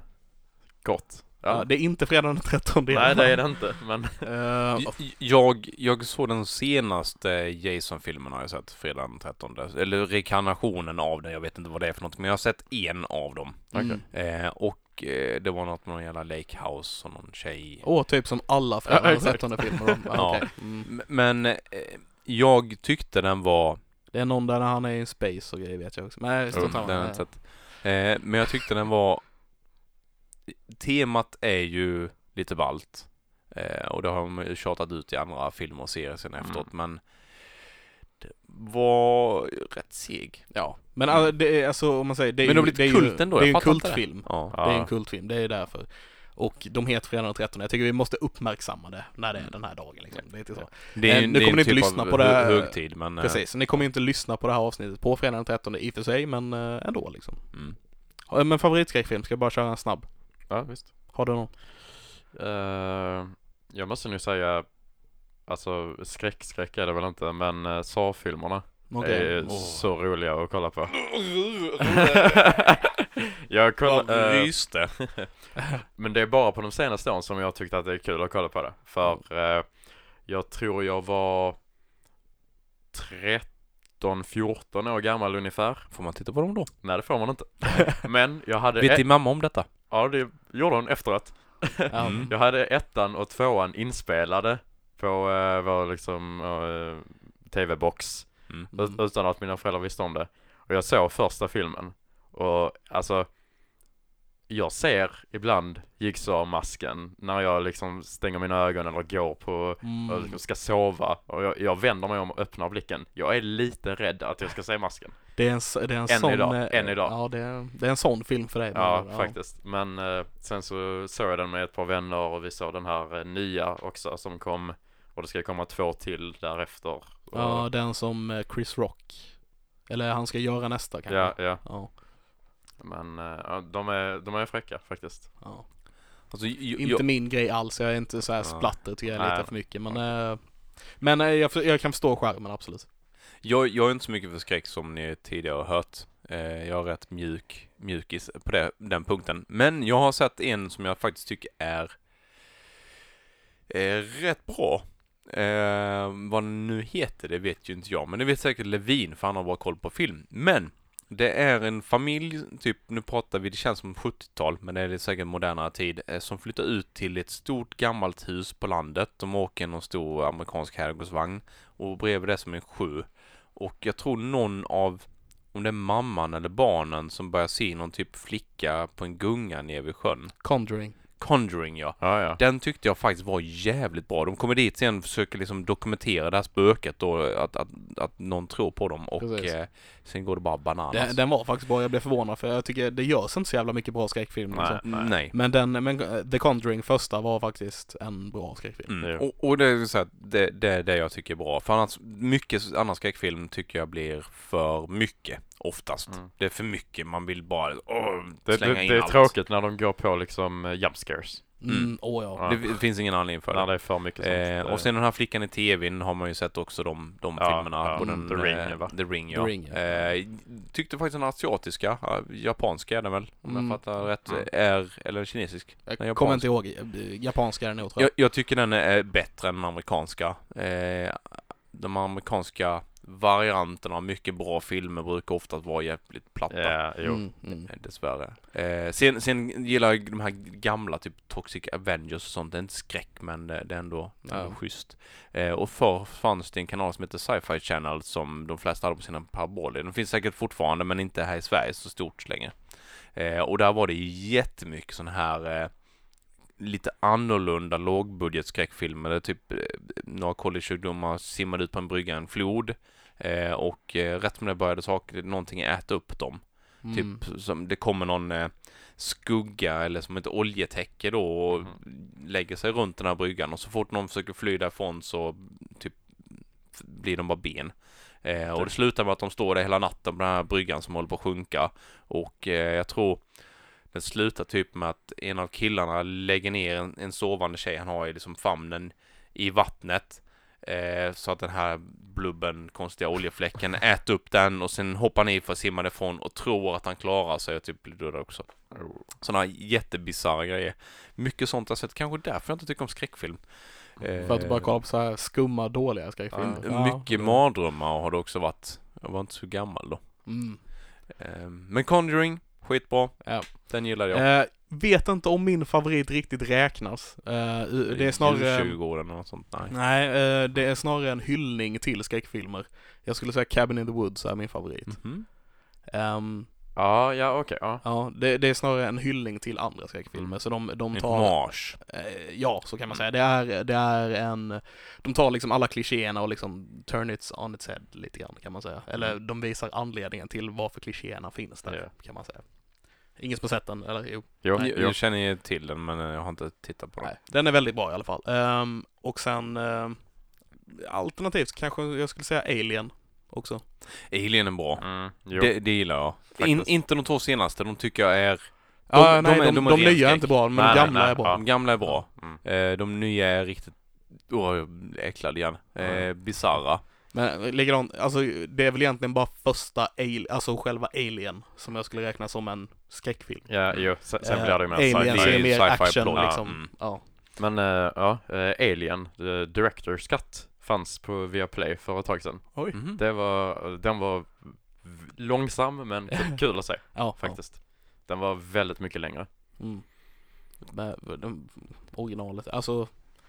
Gott. Ja, Ja. det är inte fredagen den trettonde. i alla Nej fall. det är det inte, men... Eh, J- Jag, jag såg den senaste Jason-filmen har jag sett, fredag den trettonde. Eller rekarnationen av den, jag vet inte vad det är för något, men jag har sett en av dem. mm. Eh, och eh, det var något med någon jävla lake house och någon tjej. Åh, typ som alla Ja, fredagen den exakt. trettonde filmer. Ja, Ja. okej. mm. M- Men eh, jag tyckte den var... Det är någon där när han är i space och grejer vet jag också. Men Mm, stort den har jag samma. inte sett. Eh, men jag tyckte den var... Temat är ju lite ballt. Eh, och det har de ju tjatat ut i andra filmer och serier sen Mm. efteråt. Men det var rätt seg. Ja, men alltså, det är alltså om man säger det är Men det har ju, blivit det är ju, kult ändå, det är jag ju en fattar inte det. kultfilm. Ja. Ja. Det är en kultfilm, det är därför. Och de heter fredagen den trettonde. Jag tycker vi måste uppmärksamma det när det är den här dagen liksom. Det är inte så. Det är, Eh, en- nu det är kommer en ni inte typ lyssna av på det hö- här- högtid, men... eh, Precis, ni kommer ju inte lyssna på det här avsnittet på fredagen den trettonde i och för sig, men eh, ändå liksom. Mm. Ja, men favoritskräckfilm, ska jag bara köra en snabb? Ja visst. Har du någon? Eh, jag måste nu säga, alltså skräck, skräck är det väl inte, men uh, Saw-filmerna Okej. är Åh. så roliga att kolla på. Jag kollar, äh, ryste. men det är bara på de senaste åren som jag tyckte att det är kul att kolla på det. För äh, jag tror jag var tretton fjorton år gammal ungefär. Får man titta på dem då? Nej, det får man inte. Men jag hade... Vet ett... din mamma om detta? Ja, det gjorde hon efteråt. Mm. Jag hade ettan och tvåan inspelade på äh, vår liksom äh, tv-box. Mm. Ut- utan att mina föräldrar visste om det. Och jag såg första filmen. Och alltså, jag ser ibland Jigsaw-masken när jag liksom stänger mina ögon eller går på Mm. och liksom ska sova. Och jag, jag vänder mig om och öppnar blicken. Jag är lite rädd att jag ska se masken. Det är en, s- det är en Än sån... idag, eh, än idag. Ja, det är, det är en sån film för dig. Ja, men, faktiskt. Men eh, sen så såg jag den med ett par vänner och vi såg den här eh, nya också som kom. Och det ska komma två till därefter. Och, Ja, den som eh, Chris Rock. Eller han ska göra nästa kanske. ja, ja. Ja, Men eh, ja, de, är, de är fräcka faktiskt. ja. Alltså, jag, Inte jag, min grej alls. Jag är inte så här Ja. splatter, tycker jag är Nej. lite för mycket. Men, eh, men eh, jag, jag kan förstå skärmen, absolut. jag, jag är inte så mycket för skräck som ni tidigare har hört. Eh, jag är rätt mjuk, mjukis på det, den punkten. Men jag har sett en som jag faktiskt tycker är, är rätt bra. Eh, vad nu heter det vet ju inte jag. Men det vet säkert Levin, för han har bara koll på film. Men det är en familj, typ nu pratar vi, det känns som sjuttiotal, men det är säkert modernare tid, eh, som flyttar ut till ett stort gammalt hus på landet. De åker någon stor amerikansk herrgårdsvagn och bredvid det som en sjö. Och jag tror någon av, om det är mamman eller barnen, som börjar se någon typ flicka på en gunga nere vid sjön. Conjuring. Conjuring, ja. Ja, ja. Den tyckte jag faktiskt var jävligt bra. De kommer dit sen och försöker liksom dokumentera det här spöket och att, att, att någon tror på dem. Och eh, sen går det bara bananas. Den, den var faktiskt bra, jag blev förvånad för jag tycker det görs inte så jävla mycket bra skräckfilmer. Nej. Liksom. Mm, Nej. Men den, men eh, The Conjuring första var faktiskt en bra skräckfilm. Mm. Jo. Och, och det är så här, det, det är det jag tycker är bra. För annars, mycket annan skräckfilm tycker jag blir för mycket oftast. Mm. Det är för mycket, man vill bara åh, Det, slänga det, in det är allt. tråkigt när de går på liksom uh, jump scares. Mm. Mm. Åh ja. Ja. Det, det finns ingen anledning för När det. det är för mycket sånt. Eh, och sen den här flickan i tvn har man ju sett också de, de Ja, filmerna. ja. På Mm. den, The Ring, eh, va? The Ring, ja. The Ring, ja. Eh, tyckte faktiskt den asiatiska, ja, japanska är den väl, om Mm. jag fattar rätt, Mm. är, eller kinesisk. Jag Nej, kommer japansk. inte ihåg. Eh, Japanska är det nog, tror Jag, jag. jag tycker den är bättre än den amerikanska. Eh, de amerikanska varianterna av mycket bra filmer brukar ofta vara jävligt platta. Ja, jo. Mm, mm. Eh, Dessvärre. Eh, sen, sen gillar jag de här gamla, typ Toxic Avengers och sånt. Det är inte skräck, men det, det är ändå, det är ändå Ja. schysst. Eh, och förr fanns det en kanal som heter Sci-Fi Channel som de flesta hade på sina paraboler. Den finns säkert fortfarande, men inte här i Sverige så stort länge. Eh, och där var det jättemycket sån här eh, lite annorlunda lågbudgetskräckfilmer. Det är typ eh, några collegeungdomar simmade ut på en brygga, en flod. Eh, och eh, rätt som det började saker, någonting äta upp dem. Mm. Typ som det kommer någon eh, skugga eller som ett oljetäcke då och Mhm. lägger sig runt den här bryggan, och så fort någon försöker fly därifrån så typ blir de bara ben. Eh, och det slutar med att de står där hela natten på den här bryggan som håller på att sjunka, och eh, jag tror den slutar typ med att en av killarna lägger ner en, en sovande tjej han har i liksom famnen i vattnet. Eh, så att den här blubben, konstiga oljefläcken, äter upp den och sen hoppar ner för att simma ifrån och tror att han klarar sig och typ blir död också. Sådana jättebisarra grejer. Mycket sånt jag sett. Kanske därför jag inte tycker om skräckfilm. Eh, För att du bara kolla på så här skumma, dåliga ja, skräckfilmer. mycket mardrömmar har det också varit. Jag var inte så gammal då. Mm. Eh, men Conjuring, skitbra. Ja. Den gillar jag. Eh, vet inte om min favorit riktigt räknas. Eh, det är snarare... Djurtjugården eller något sånt. Nej. Nej, eh, det är snarare en hyllning till skräckfilmer. Jag skulle säga Cabin in the Woods är min favorit. Mhm. Ehm, Ja, ja, okej, ja. ja, det, det är snarare en hyllning till andra skräckfilmer. Så de, de En tar... hommage. Eh, ja, så kan man säga. Det är, det är en... De tar liksom alla klichéerna och liksom turn it on its head lite grann, kan man säga. Eller Mm. de visar anledningen till varför klichéerna finns där, Ja. kan man säga. Ingen som har sett den, eller jo? Jo, Nej, Jag, jo. jag känner ju till den, men jag har inte tittat på den. Nej, den är väldigt bra i alla fall. Ehm, och sen... ehm, alternativt kanske jag skulle säga Alien också. Alien är bra. Mm, jo. Det, det gillar jag. In, Faktiskt. inte de två senaste, de tycker jag är... Ja, de nej, är- de, de de, är ren nya är skräck. inte bra, men Nej, de nej, gamla nej, är bra. ja. De gamla är bra. Mm. Eh, de nya är riktigt... Åh, jag blir äcklad igen. Eh, bizarra. Men likadant, alltså det är väl egentligen bara första Alien, alltså själva Alien, som jag skulle räkna som en skräckfilm. Ja, jo, sen, sen Eh, blir det ju mer Aliens sci-fi. är mer sci-fi action plot. liksom. Ja, mm. Ja. Men uh, ja, uh, Alien, uh, Director's Cut fanns på Viaplay för ett tag sedan. Oj. Mhm. Det var, den var v- långsam men kul, kul att se Ja, faktiskt. Den var väldigt mycket längre. Ja. Mm. Med, den, originalet, alltså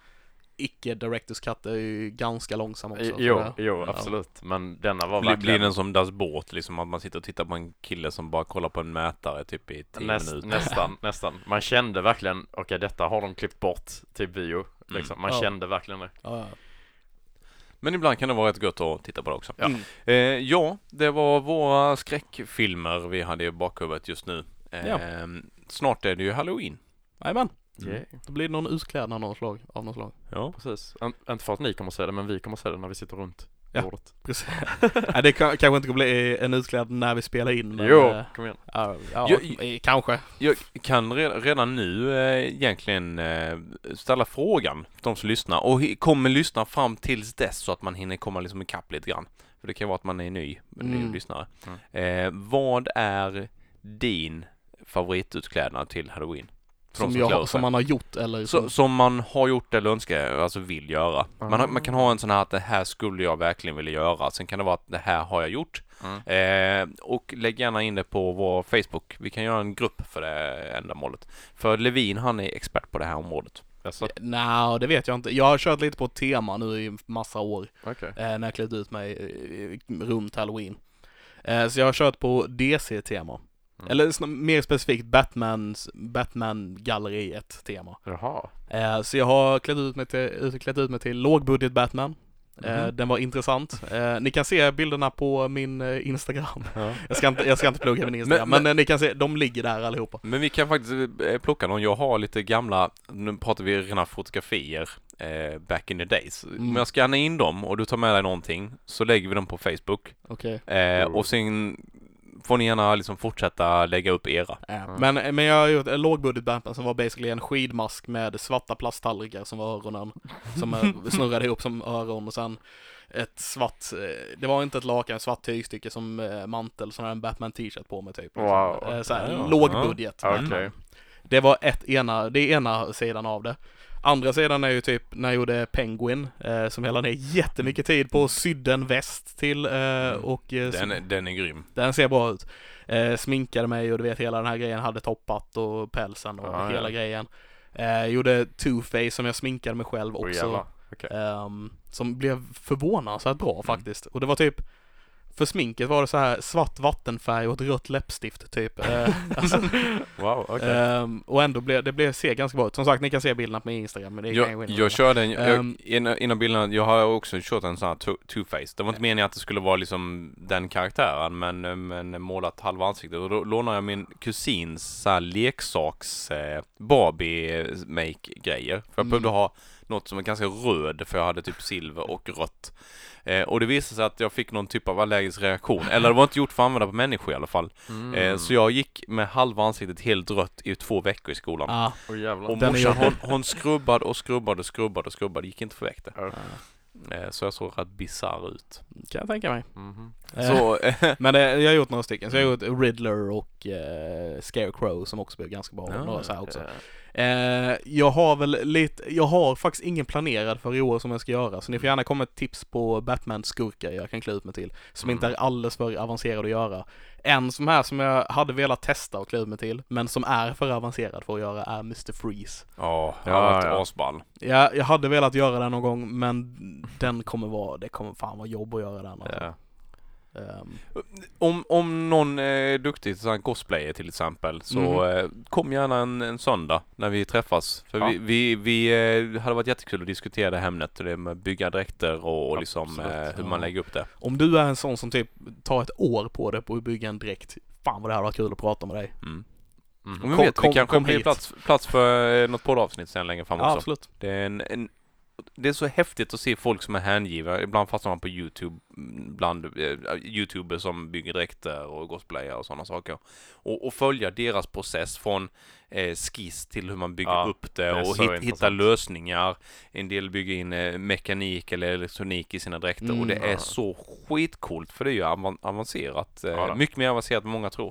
icke Director's Cut är ju ganska långsam också. I, så jo, det- jo, ja. absolut. Men denna var Blir, verkligen blir den som Das Båt, liksom att man sitter och tittar på en kille som bara kollar på en mätare typ i tio näst, minuter. nästan, nästan. Man kände verkligen, okej okay, detta har de klippt bort till bio. Liksom. Man Ja. kände verkligen det. Ja, ja. Men ibland kan det vara rätt gött att titta på det också. Ja. Mm. Eh, ja, det var våra skräckfilmer vi hade i bakhuvudet just nu. Eh, Ja. Snart är det ju Halloween. Jajamän. Mm. Yeah. Då blir det någon utklädnad av något slag. Av något slag. Ja. Precis. En, inte för att ni kommer se det, men vi kommer se det när vi sitter runt Ja. bordet. Precis. Nej, det kan, kanske inte kommer bli en utklädnad när vi spelar in. Men, Jo, eh, kom igen. ja, ja, Jo, eh, kanske. Jag kan redan, redan nu eh, egentligen eh, ställa frågan för de som lyssnar och hi- kommer lyssna fram tills dess så att man hinner komma liksom ikapp lite grann. För det kan vara att man är ny, ny Mm. lyssnare. Eh, vad är din favoritutklädnad till Halloween? För de Som, klär jag, sig. som man har gjort eller Så, som man har gjort eller önskar, alltså vill göra. Man, har, man kan Ah. ha en sån här att det här skulle jag verkligen vilja göra. Sen kan det vara att det här har jag gjort. Mm. Eh, och lägg gärna in det på vår Facebook. Vi kan göra en grupp för det ändamålet. För Levin, han är expert på det här området. Alltså, Nej, det vet jag inte. Jag har kört lite på ett tema nu i massa år. okej. Eh, när jag klätt ut mig eh, runt Halloween. Eh, så jag har kört på D C-tema. Mm. Eller sn- mer specifikt Batmans, Batman-galleriet-tema. Jaha. Eh, så jag har klätt ut mig till, klätt ut mig till lågbudget Batman. Eh, Mhm. Den var intressant. Eh, ni kan se bilderna på min eh, Instagram. Ja. Jag ska inte, jag ska inte plugga min Instagram, men, Men- men, eh, ni kan se, de ligger där allihopa. Men vi kan faktiskt eh, plocka någon. Jag har lite gamla, nu pratar vi rena fotografier eh, back in the days. Mm. Om jag scannar in dem och du tar med dig någonting så lägger vi dem på Facebook. Okej. Eh, och sen får ni gärna liksom fortsätta lägga upp era. Ja. Men, men jag har gjort en lågbudget Batman som var basically en skidmask med svarta plasttallrikar som var öronen. Som eh, snurrade ihop som öron och sen ett svart, eh, det var inte ett lakan, ett svart tygstycke som eh, mantel, sån här en Batman t-shirt på mig typ. Wow. Eh, så här, Ja. lågbudget. Okej. Batman. Det var ett ena, det är ena sidan av det. Andra sidan är ju typ när jag gjorde Penguin, eh, som jag la ner jättemycket tid på, sydde en väst till eh, och eh, Den, är- den är grym. den ser bra ut. Eh, sminkade mig och du vet hela den här grejen, hade toppat och pälsen och Ah, hela ja. grejen. Eh, gjorde Two-Face som jag sminkade mig själv Oj, också. jävlar. Okej. Ehm, som blev förvånansvärt bra Mm. faktiskt. Och det var typ, för sminket var det så här svart vattenfärg och ett rött läppstift typ. Eh, alltså, Wow, okej. ehm, och ändå blev det blev, ser ganska bra ut. Som sagt, ni kan se bilderna på min Instagram. Men det kan Jag, gå in och jag kolla. körde en, jag, Ehm. innan, innan bilderna, jag har också kört en sån här two- two-face. Det var inte meningen att det skulle vara liksom den karaktären, men, men målat halva ansiktet. Och då lånade jag min kusins så här leksaks eh, Barbie-make-grejer. För jag Mm. behövde ha något som är ganska röd, för jag hade typ silver och rött. Eh, och det visade sig att jag fick någon typ av allergisk reaktion. Eller det var inte gjort för att använda på människor i alla fall. Mm. Eh, så jag gick med halva ansiktet helt rött i två veckor i skolan. Ah, Oj, jävlar. Och Den är morsan, jobbig. hon, hon skrubbade och skrubbade och skrubbade och skrubbade. Gick inte att få väck det. Ja. Eh, så jag såg rätt bizarr ut. kan jag tänka mig. Mhm. Eh, Så, eh, Men det, jag har gjort några stycken. Så jag har gjort Riddler och eh, Scarecrow som också blev ganska bra. Ja, några så här också. Eh, Eh, jag har väl lite, jag har faktiskt ingen planerad för i år som jag ska göra. Så ni får gärna komma med tips på Batman-skurkar jag kan klä ut mig till. Som Mm. inte är alldeles för avancerad att göra. En som här som jag hade velat testa och klä ut mig till. Men som är för avancerad för att göra är mister Freeze. ja, det Ja, har varit ja. asball. Jag, jag hade velat göra den någon gång men den kommer vara, det kommer fan vara jobb att göra den. Alltså. ja. Ehm, Om, om någon är duktig till sån cosplayer till exempel, så Mhm. eh, kom gärna en, en söndag när vi träffas. För Ja. vi, vi, vi eh, hade varit jättekul att diskutera det ämnet. Det med bygga dräkter och, och liksom Absolut. eh, hur Ja. man lägger upp det. om du är en sån som typ tar ett år på det på att bygga en dräkt. Fan vad det här var kul att prata med dig. Mm. Mhm. Och vi Kom- vet, kom- vi kanske kom blir hit. plats, plats för eh, något poddavsnitt sen längre fram Ja, också. absolut. Det är, en, en, det är så häftigt att se folk som är hängivna. Ibland fastnar man på YouTube, bland eh, YouTubers som bygger dräkter och cosplayer och sådana saker. Och, och följa deras process från eh, skiss till hur man bygger Ja, upp det, det är och så hit, hitta intressant. lösningar. En del bygger in eh, mekanik eller elektronik i sina dräkter Mm, och det är ja. så skitcoolt för det är ju avan- avancerat. Eh, Ja, då. mycket mer avancerat än många tror.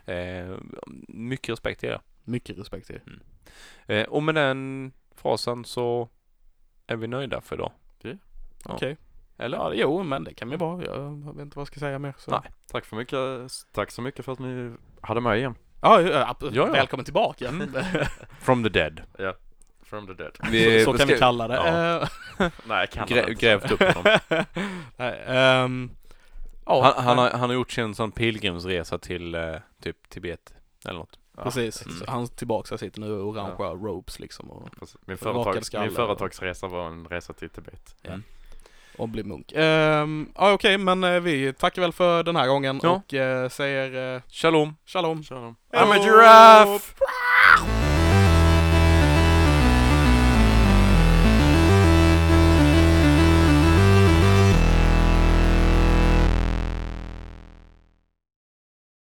Eh, mycket respekt till er. Mycket respekt till. Eh, och med den frasen så är vi nöjda för idag. Okej. Ja. Okay. Eller? Ja, jo, men det kan vi vara. Jag vet inte vad jag ska säga mer. Så. Nej. Tack för mycket. Tack så mycket för att ni hade mig igen. Ja, ja, Ja, ja. välkommen tillbaka. Mm. From the dead. Ja. From the dead. Vi, så så kan ska, vi kalla det. Ja. Uh, Nej, kan grä, grävt upp honom. Nej, um, oh, han, han, har, han har gjort sin sån pilgrimsresa till uh, typ Tibet eller något. Ja, precis. Mm. Han tillbaka sitter nu och orangea Ja. ropes liksom. Och, Min, rakade företags, skallar min företagsresa var en resa till Tibet. ja. Mm. Och bli munk. Um, ja, okej, okay, men uh, vi tackar väl för den här gången Ja. och uh, säger uh, Shalom. shalom. Shalom. I'm a Hejdå! giraffe!